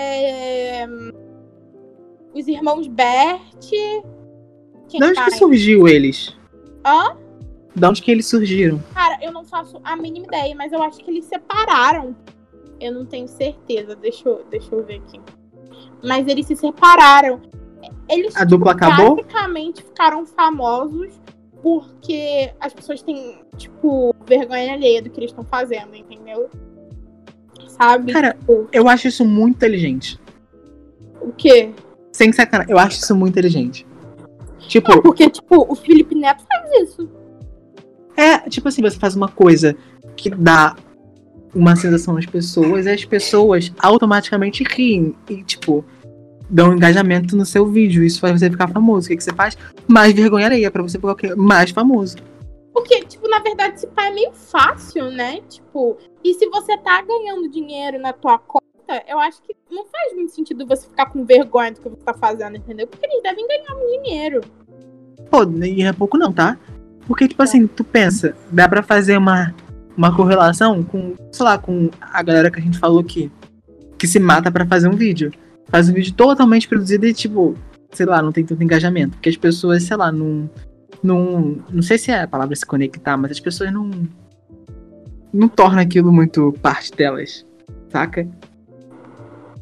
os irmãos Bert. De onde que surgiu eles? Hã? De onde que eles surgiram? Cara, eu não faço a mínima ideia, mas eu acho que eles separaram. Eu não tenho certeza. Deixa eu ver aqui. Mas eles se separaram. Eles a dupla acabou? Basicamente ficaram famosos porque as pessoas têm, tipo, vergonha alheia do que eles estão fazendo, entendeu? Sabe? Cara, tipo, eu acho isso muito inteligente. O quê? Sem sacanagem, eu acho isso muito inteligente. Tipo... Não, porque, tipo, o Felipe Neto faz isso. Tipo assim, você faz uma coisa que dá uma sensação nas pessoas e as pessoas automaticamente riem e, tipo, dão um engajamento no seu vídeo. Isso faz você ficar famoso. O que você faz? Mais vergonha alheia pra você ficar mais famoso. Porque, tipo, na verdade, esse pai é meio fácil, né? Tipo, e se você tá ganhando dinheiro na tua conta, eu acho que não faz muito sentido você ficar com vergonha do que você tá fazendo, entendeu? Porque eles devem ganhar um dinheiro. Pô, e é pouco não, tá? Porque, tipo assim, tu pensa, dá pra fazer uma correlação com, sei lá, com a galera que a gente falou que se mata pra fazer um vídeo. Faz um vídeo totalmente produzido e, tipo, sei lá, não tem tanto engajamento. Porque as pessoas, sei lá, não sei se é a palavra se conectar, mas as pessoas não tornam aquilo muito parte delas, saca?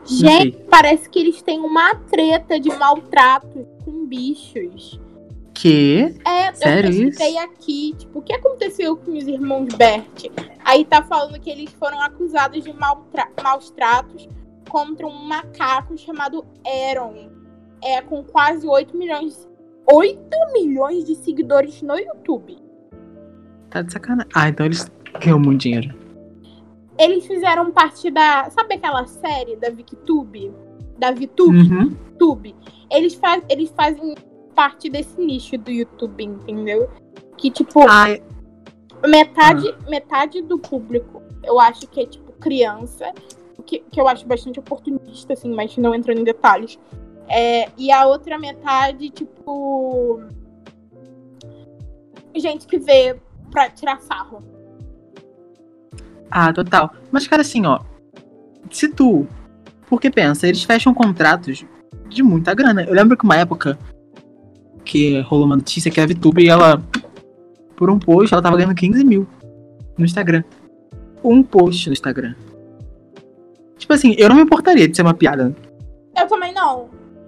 Gente, parece que eles têm uma treta de maltrato com bichos. Que? Sério eu citei isso? aqui, tipo, o que aconteceu com os irmãos Bert? Aí tá falando que eles foram acusados de maus tratos contra um macaco chamado Aaron. Com quase 8 milhões de seguidores no YouTube. Tá de sacanagem. Ah, então eles ganham muito dinheiro. Eles fizeram parte da... Sabe aquela série da VickTube? Da VTube? Uhum. YouTube? Eles fazem parte desse nicho do YouTube, entendeu? Que, tipo, metade do público, eu acho que é, tipo, criança, que eu acho bastante oportunista, assim, mas não entrando em detalhes. E a outra metade, tipo, gente que vê pra tirar sarro. Ah, total. Mas, cara, assim, ó. Porque pensa, eles fecham contratos de muita grana. Eu lembro que uma época que rolou uma notícia que a VTube, ela, por um post, ela tava ganhando 15 mil no Instagram. Um post no Instagram. Tipo assim, eu não me importaria de ser uma piada. Eu também não.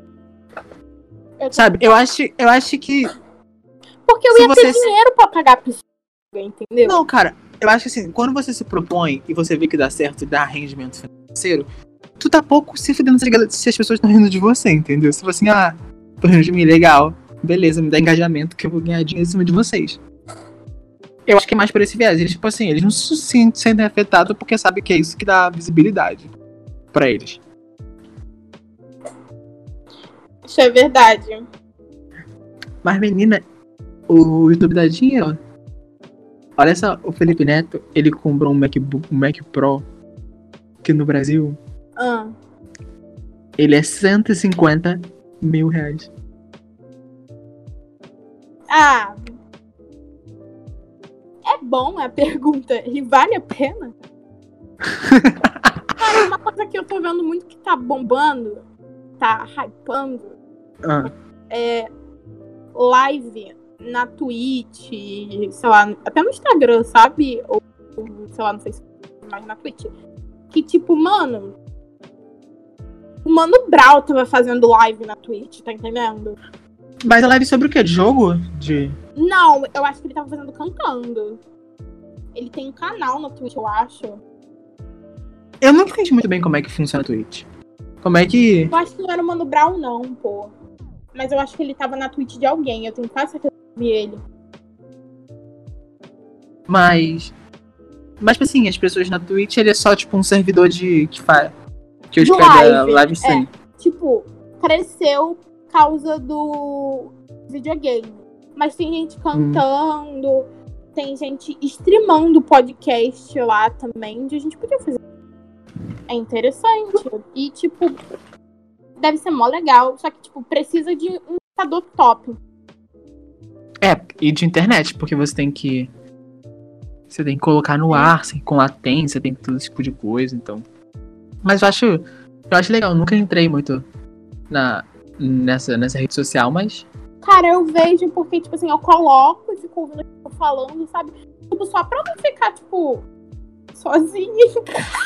Sabe, eu acho que... Porque eu ia ter dinheiro pra pagar pra isso, entendeu? Não, cara, eu acho que assim, quando você se propõe e você vê que dá certo e dá rendimento financeiro, tu tá pouco se fudendo se as pessoas estão rindo de você, entendeu? Se você assim, tô rindo de mim, legal, beleza, me dá engajamento que eu vou ganhar dinheiro em cima de vocês. Eu acho que é mais por esse viés. Eles, tipo assim, eles não se sentem afetados porque sabem que é isso que dá visibilidade pra eles. Isso é verdade. Mas, menina, o YouTube dá dinheiro, ó. Olha só, o Felipe Neto, ele comprou um Mac Pro, que no Brasil, ele é 150 mil reais. É bom a pergunta. E vale a pena? Cara, uma coisa que eu tô vendo muito que tá bombando, tá hypando, é live na Twitch, sei lá, até no Instagram, sabe? Ou, sei lá, não sei se mais na Twitch. Que tipo, mano, o Mano Brown tava fazendo live na Twitch, tá entendendo? Mas a live sobre o quê? De jogo? Não, eu acho que ele tava fazendo cantando. Ele tem um canal na Twitch, eu acho. Eu não entendi muito bem como é que funciona a Twitch. Como é que... Eu acho que não era o Mano Brown, não, pô. Mas eu acho que ele tava na Twitch de alguém, eu tenho quase certeza que eu vi ele. Mas tipo assim, as pessoas na Twitch, ele é só tipo um servidor que hospeda live stream. Tipo, cresceu por causa do videogame. Mas tem gente cantando, tem gente streamando podcast lá também, onde a gente podia fazer. É interessante. E, tipo, deve ser mó legal. Só que, tipo, precisa de um computador top. E de internet, porque você tem que colocar no ar, com latência, tem todo esse tipo de coisa, então. Mas eu acho legal, eu nunca entrei muito nessa rede social, mas... Cara, eu vejo porque, tipo assim, eu coloco e fico ouvindo o que eu tô falando, sabe? Tipo, só pra não ficar, tipo, sozinha em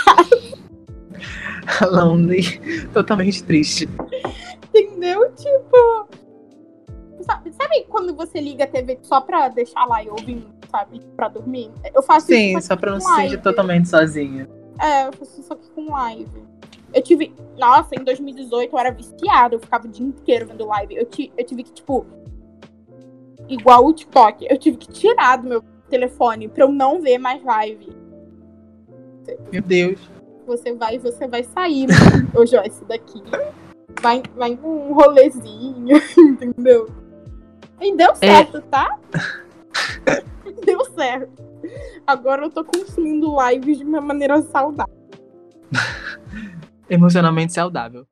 casa. Lonely, totalmente triste. Entendeu? Tipo... Sabe quando você liga a TV só pra deixar lá e ouvir, sabe? Pra dormir? Eu faço isso. Sim, só pra não se sentir totalmente sozinha. Eu faço isso aqui com live. Eu tive... Nossa, em 2018 eu era viciada. Eu ficava o dia inteiro vendo live. Eu tive que, tipo... Igual o TikTok. Eu tive que tirar do meu telefone pra eu não ver mais live. Meu Deus. Você vai sair, ô Joyce, daqui. Vai um rolezinho, entendeu? E deu certo, tá? Deu certo. Agora eu tô consumindo lives de uma maneira saudável. Emocionalmente saudável.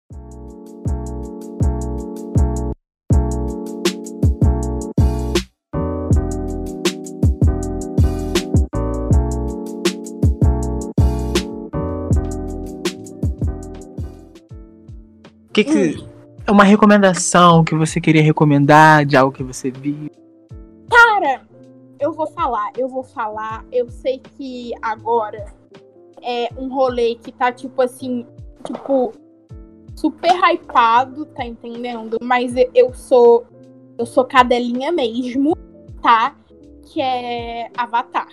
Que é uma recomendação que você queria recomendar de algo que você viu? Cara, eu vou falar. Eu sei que agora é um rolê que tá, tipo assim, tipo, super hypado, tá entendendo? Mas eu sou cadelinha mesmo, tá? Que é Avatar.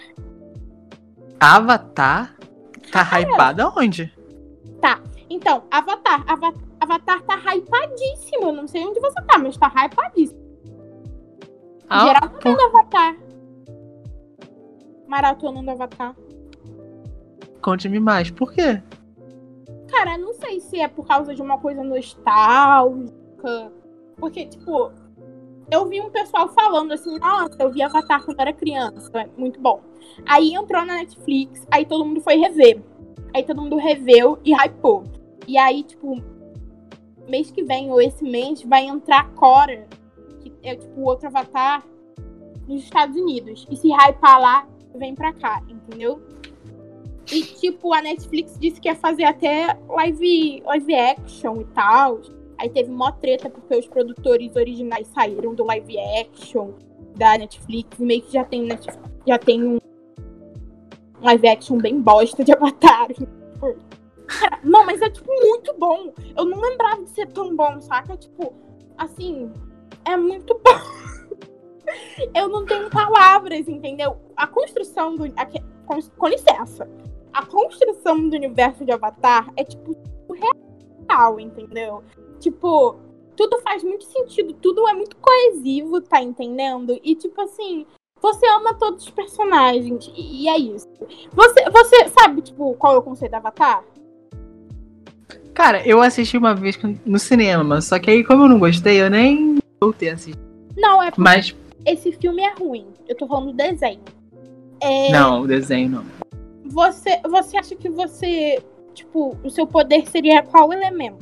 Avatar? Tá hypado aonde? Tá. Então, Avatar tá hypadíssimo. Eu não sei onde você tá, mas tá hypadíssimo. Geral tá vendo Avatar. Maratonando Avatar. Conte-me mais, por quê? Cara, não sei se é por causa de uma coisa nostálgica. Porque, tipo, eu vi um pessoal falando assim, nossa, eu vi Avatar quando era criança. É muito bom. Aí entrou na Netflix, aí todo mundo foi rever. Aí todo mundo reveu e hypou. E aí, tipo, mês que vem, ou esse mês, vai entrar Korra, que é, tipo, o outro Avatar, nos Estados Unidos. E se hypar lá, vem pra cá, entendeu? E, tipo, a Netflix disse que ia fazer até live action e tal. Aí teve mó treta, porque os produtores originais saíram do live action da Netflix. E meio que já tem um live action bem bosta de Avatar. Cara, não, mas é, tipo, muito bom. Eu não lembrava de ser tão bom, saca? Tipo, assim, é muito bom. Eu não tenho palavras, entendeu? A construção do... Com licença. A construção do universo de Avatar é, tipo, real, entendeu? Tipo, tudo faz muito sentido. Tudo é muito coesivo, tá entendendo? E, tipo, assim... Você ama todos os personagens, e é isso. Você sabe, tipo, qual é o conceito do Avatar? Cara, eu assisti uma vez no cinema, só que aí, como eu não gostei, eu nem voltei a assistir. Não, é porque Mas... esse filme é ruim. Eu tô falando do desenho. Não, o desenho não. Você acha que você... Tipo, o seu poder seria qual elemento?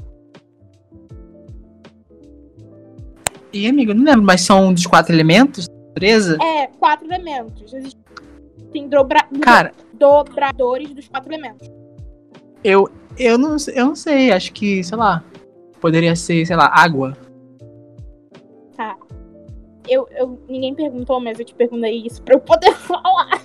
Ih, amigo, eu não lembro, mas são um dos 4 elementos? Natureza? 4 elementos. Tem dobradores dos 4 elementos. Eu não sei, acho que, sei lá, poderia ser, sei lá, água. Tá. Ninguém perguntou, mas eu te perguntei isso pra eu poder falar.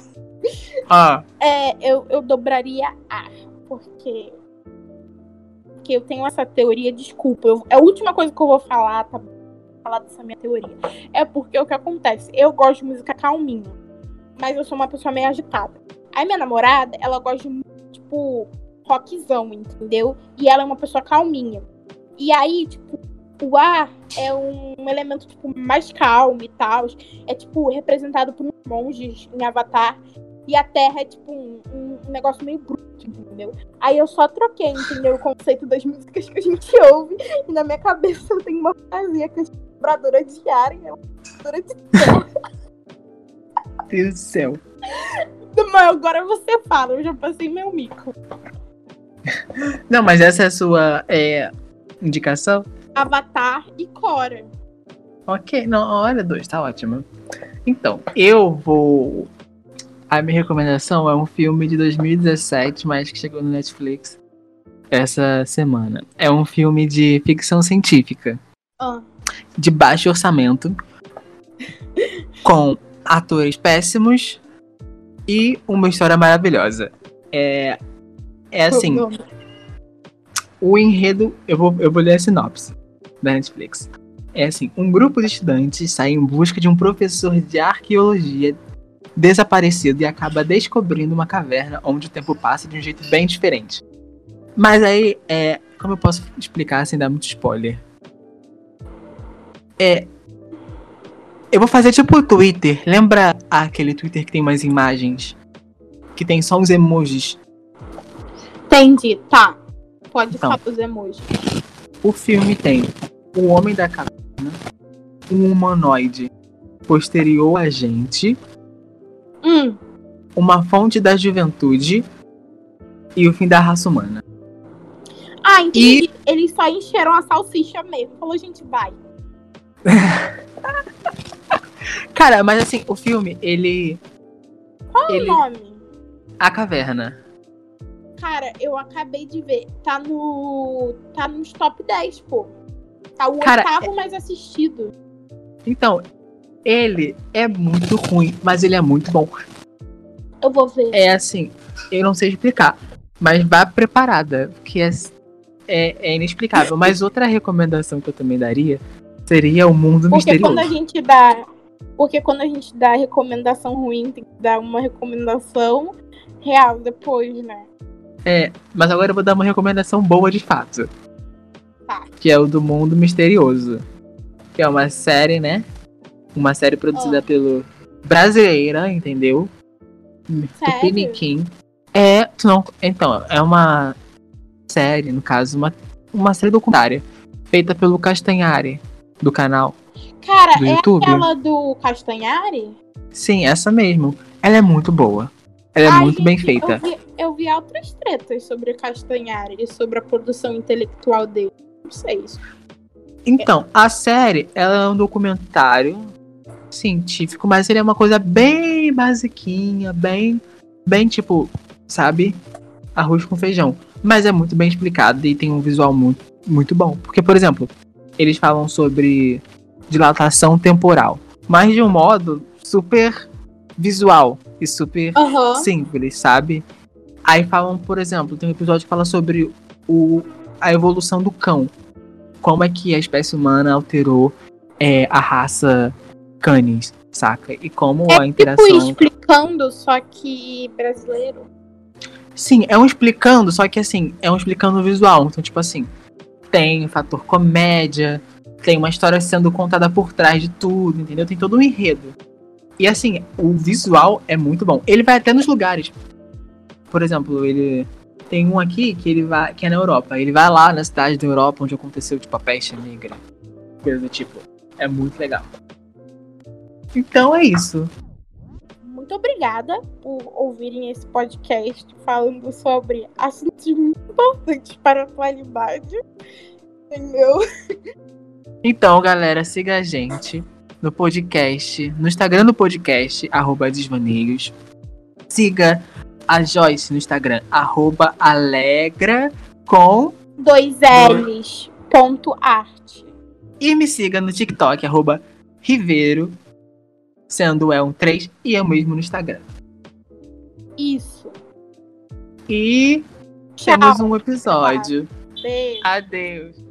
Eu dobraria ar, porque eu tenho essa teoria, desculpa. É a última coisa que eu vou falar, tá? Falar dessa minha teoria. É porque o que acontece? Eu gosto de música calminha, mas eu sou uma pessoa meio agitada. Aí minha namorada, ela gosta de, tipo, rockzão, entendeu? E ela é uma pessoa calminha. E aí, tipo, o ar é um elemento, tipo, mais calmo e tal. É, tipo, representado por monges em Avatar. E a terra é, tipo, um negócio meio bruto, entendeu? Aí eu só troquei, entendeu? O conceito das músicas que a gente ouve. E na minha cabeça eu tenho uma fantasia que é dobradora de ar e é uma dobradora de terra. Deus do céu. Mas agora você fala, eu já passei meu mico. Não, mas essa é a sua indicação? Avatar e Korra. Ok, não, olha, 2, tá ótimo. Então, a minha recomendação é um filme de 2017, mas que chegou no Netflix essa semana. É um filme de ficção científica. De baixo orçamento. Com atores péssimos e uma história maravilhosa. É assim... O enredo... Eu vou ler a sinopse da Netflix. É assim, um grupo de estudantes sai em busca de um professor de arqueologia desaparecido e acaba descobrindo uma caverna onde o tempo passa de um jeito bem diferente. Mas aí, como eu posso explicar sem dar muito spoiler? Eu vou fazer tipo o Twitter. Lembra aquele Twitter que tem umas imagens? Que tem só uns emojis? Entendi, tá. Pode falar os emojis. O filme tem o homem da caverna, um humanoide posterior a gente, uma fonte da juventude e o fim da raça humana. Entendi. Eles só encheram a salsicha mesmo. Falou, gente, vai. Cara, mas assim, o filme, ele... Qual é o nome? A Caverna. Cara, eu acabei de ver. Tá nos top 10, pô. Tá o 8º mais assistido. Então, ele é muito ruim, mas ele é muito bom. Eu vou ver. É assim, eu não sei explicar, mas vá preparada, porque é inexplicável. Mas outra recomendação que eu também daria seria o Mundo Misterioso. Porque quando a gente dá recomendação ruim, tem que dar uma recomendação real depois, né? Mas agora eu vou dar uma recomendação boa de fato. Tá. Que é o do Mundo Misterioso. Que é uma série, né? Uma série produzida pelo brasileira, entendeu? Sério? Tupiniquim. Então, é uma série, no caso, uma série documentária. Feita pelo Castanhari, do canal. Cara, do é YouTube. aquela do Castanhari? Sim, essa mesmo. Ela é muito boa. Ela é muito bem feita. Eu vi outras tretas sobre o Castanhari e sobre a produção intelectual dele. Não sei isso. Então, a série, ela é um documentário científico, mas ele é uma coisa bem basiquinha, bem tipo, sabe? Arroz com feijão. Mas é muito bem explicado e tem um visual muito, muito bom. Porque, por exemplo, eles falam sobre dilatação temporal, mas de um modo super visual e super simples, sabe? Aí falam, por exemplo, tem um episódio que fala sobre a evolução do cão. Como é que a espécie humana alterou a raça canis, saca? E como a interação... tipo explicando, só que brasileiro. Sim, é um explicando, só que assim, é um explicando visual. Então, tipo assim, tem o fator comédia, tem uma história sendo contada por trás de tudo, entendeu? Tem todo um enredo. E assim, o visual é muito bom. Ele vai até nos lugares. Por exemplo, ele tem um aqui que é na Europa. Ele vai lá na cidade da Europa onde aconteceu, tipo, a peste negra. Coisa do tipo. É muito legal. Então é isso. Muito obrigada por ouvirem esse podcast falando sobre assuntos muito importantes para a atualidade. Entendeu? Então, galera, siga a gente no podcast, no Instagram do podcast, @desvaneios. Siga a Joyce no Instagram, @alegra com 2 L's, .art. E me siga no TikTok, @riveiro, sendo um 3 e eu mesmo no Instagram. Isso. E Tchau. temos um episódio. Beijo. Adeus.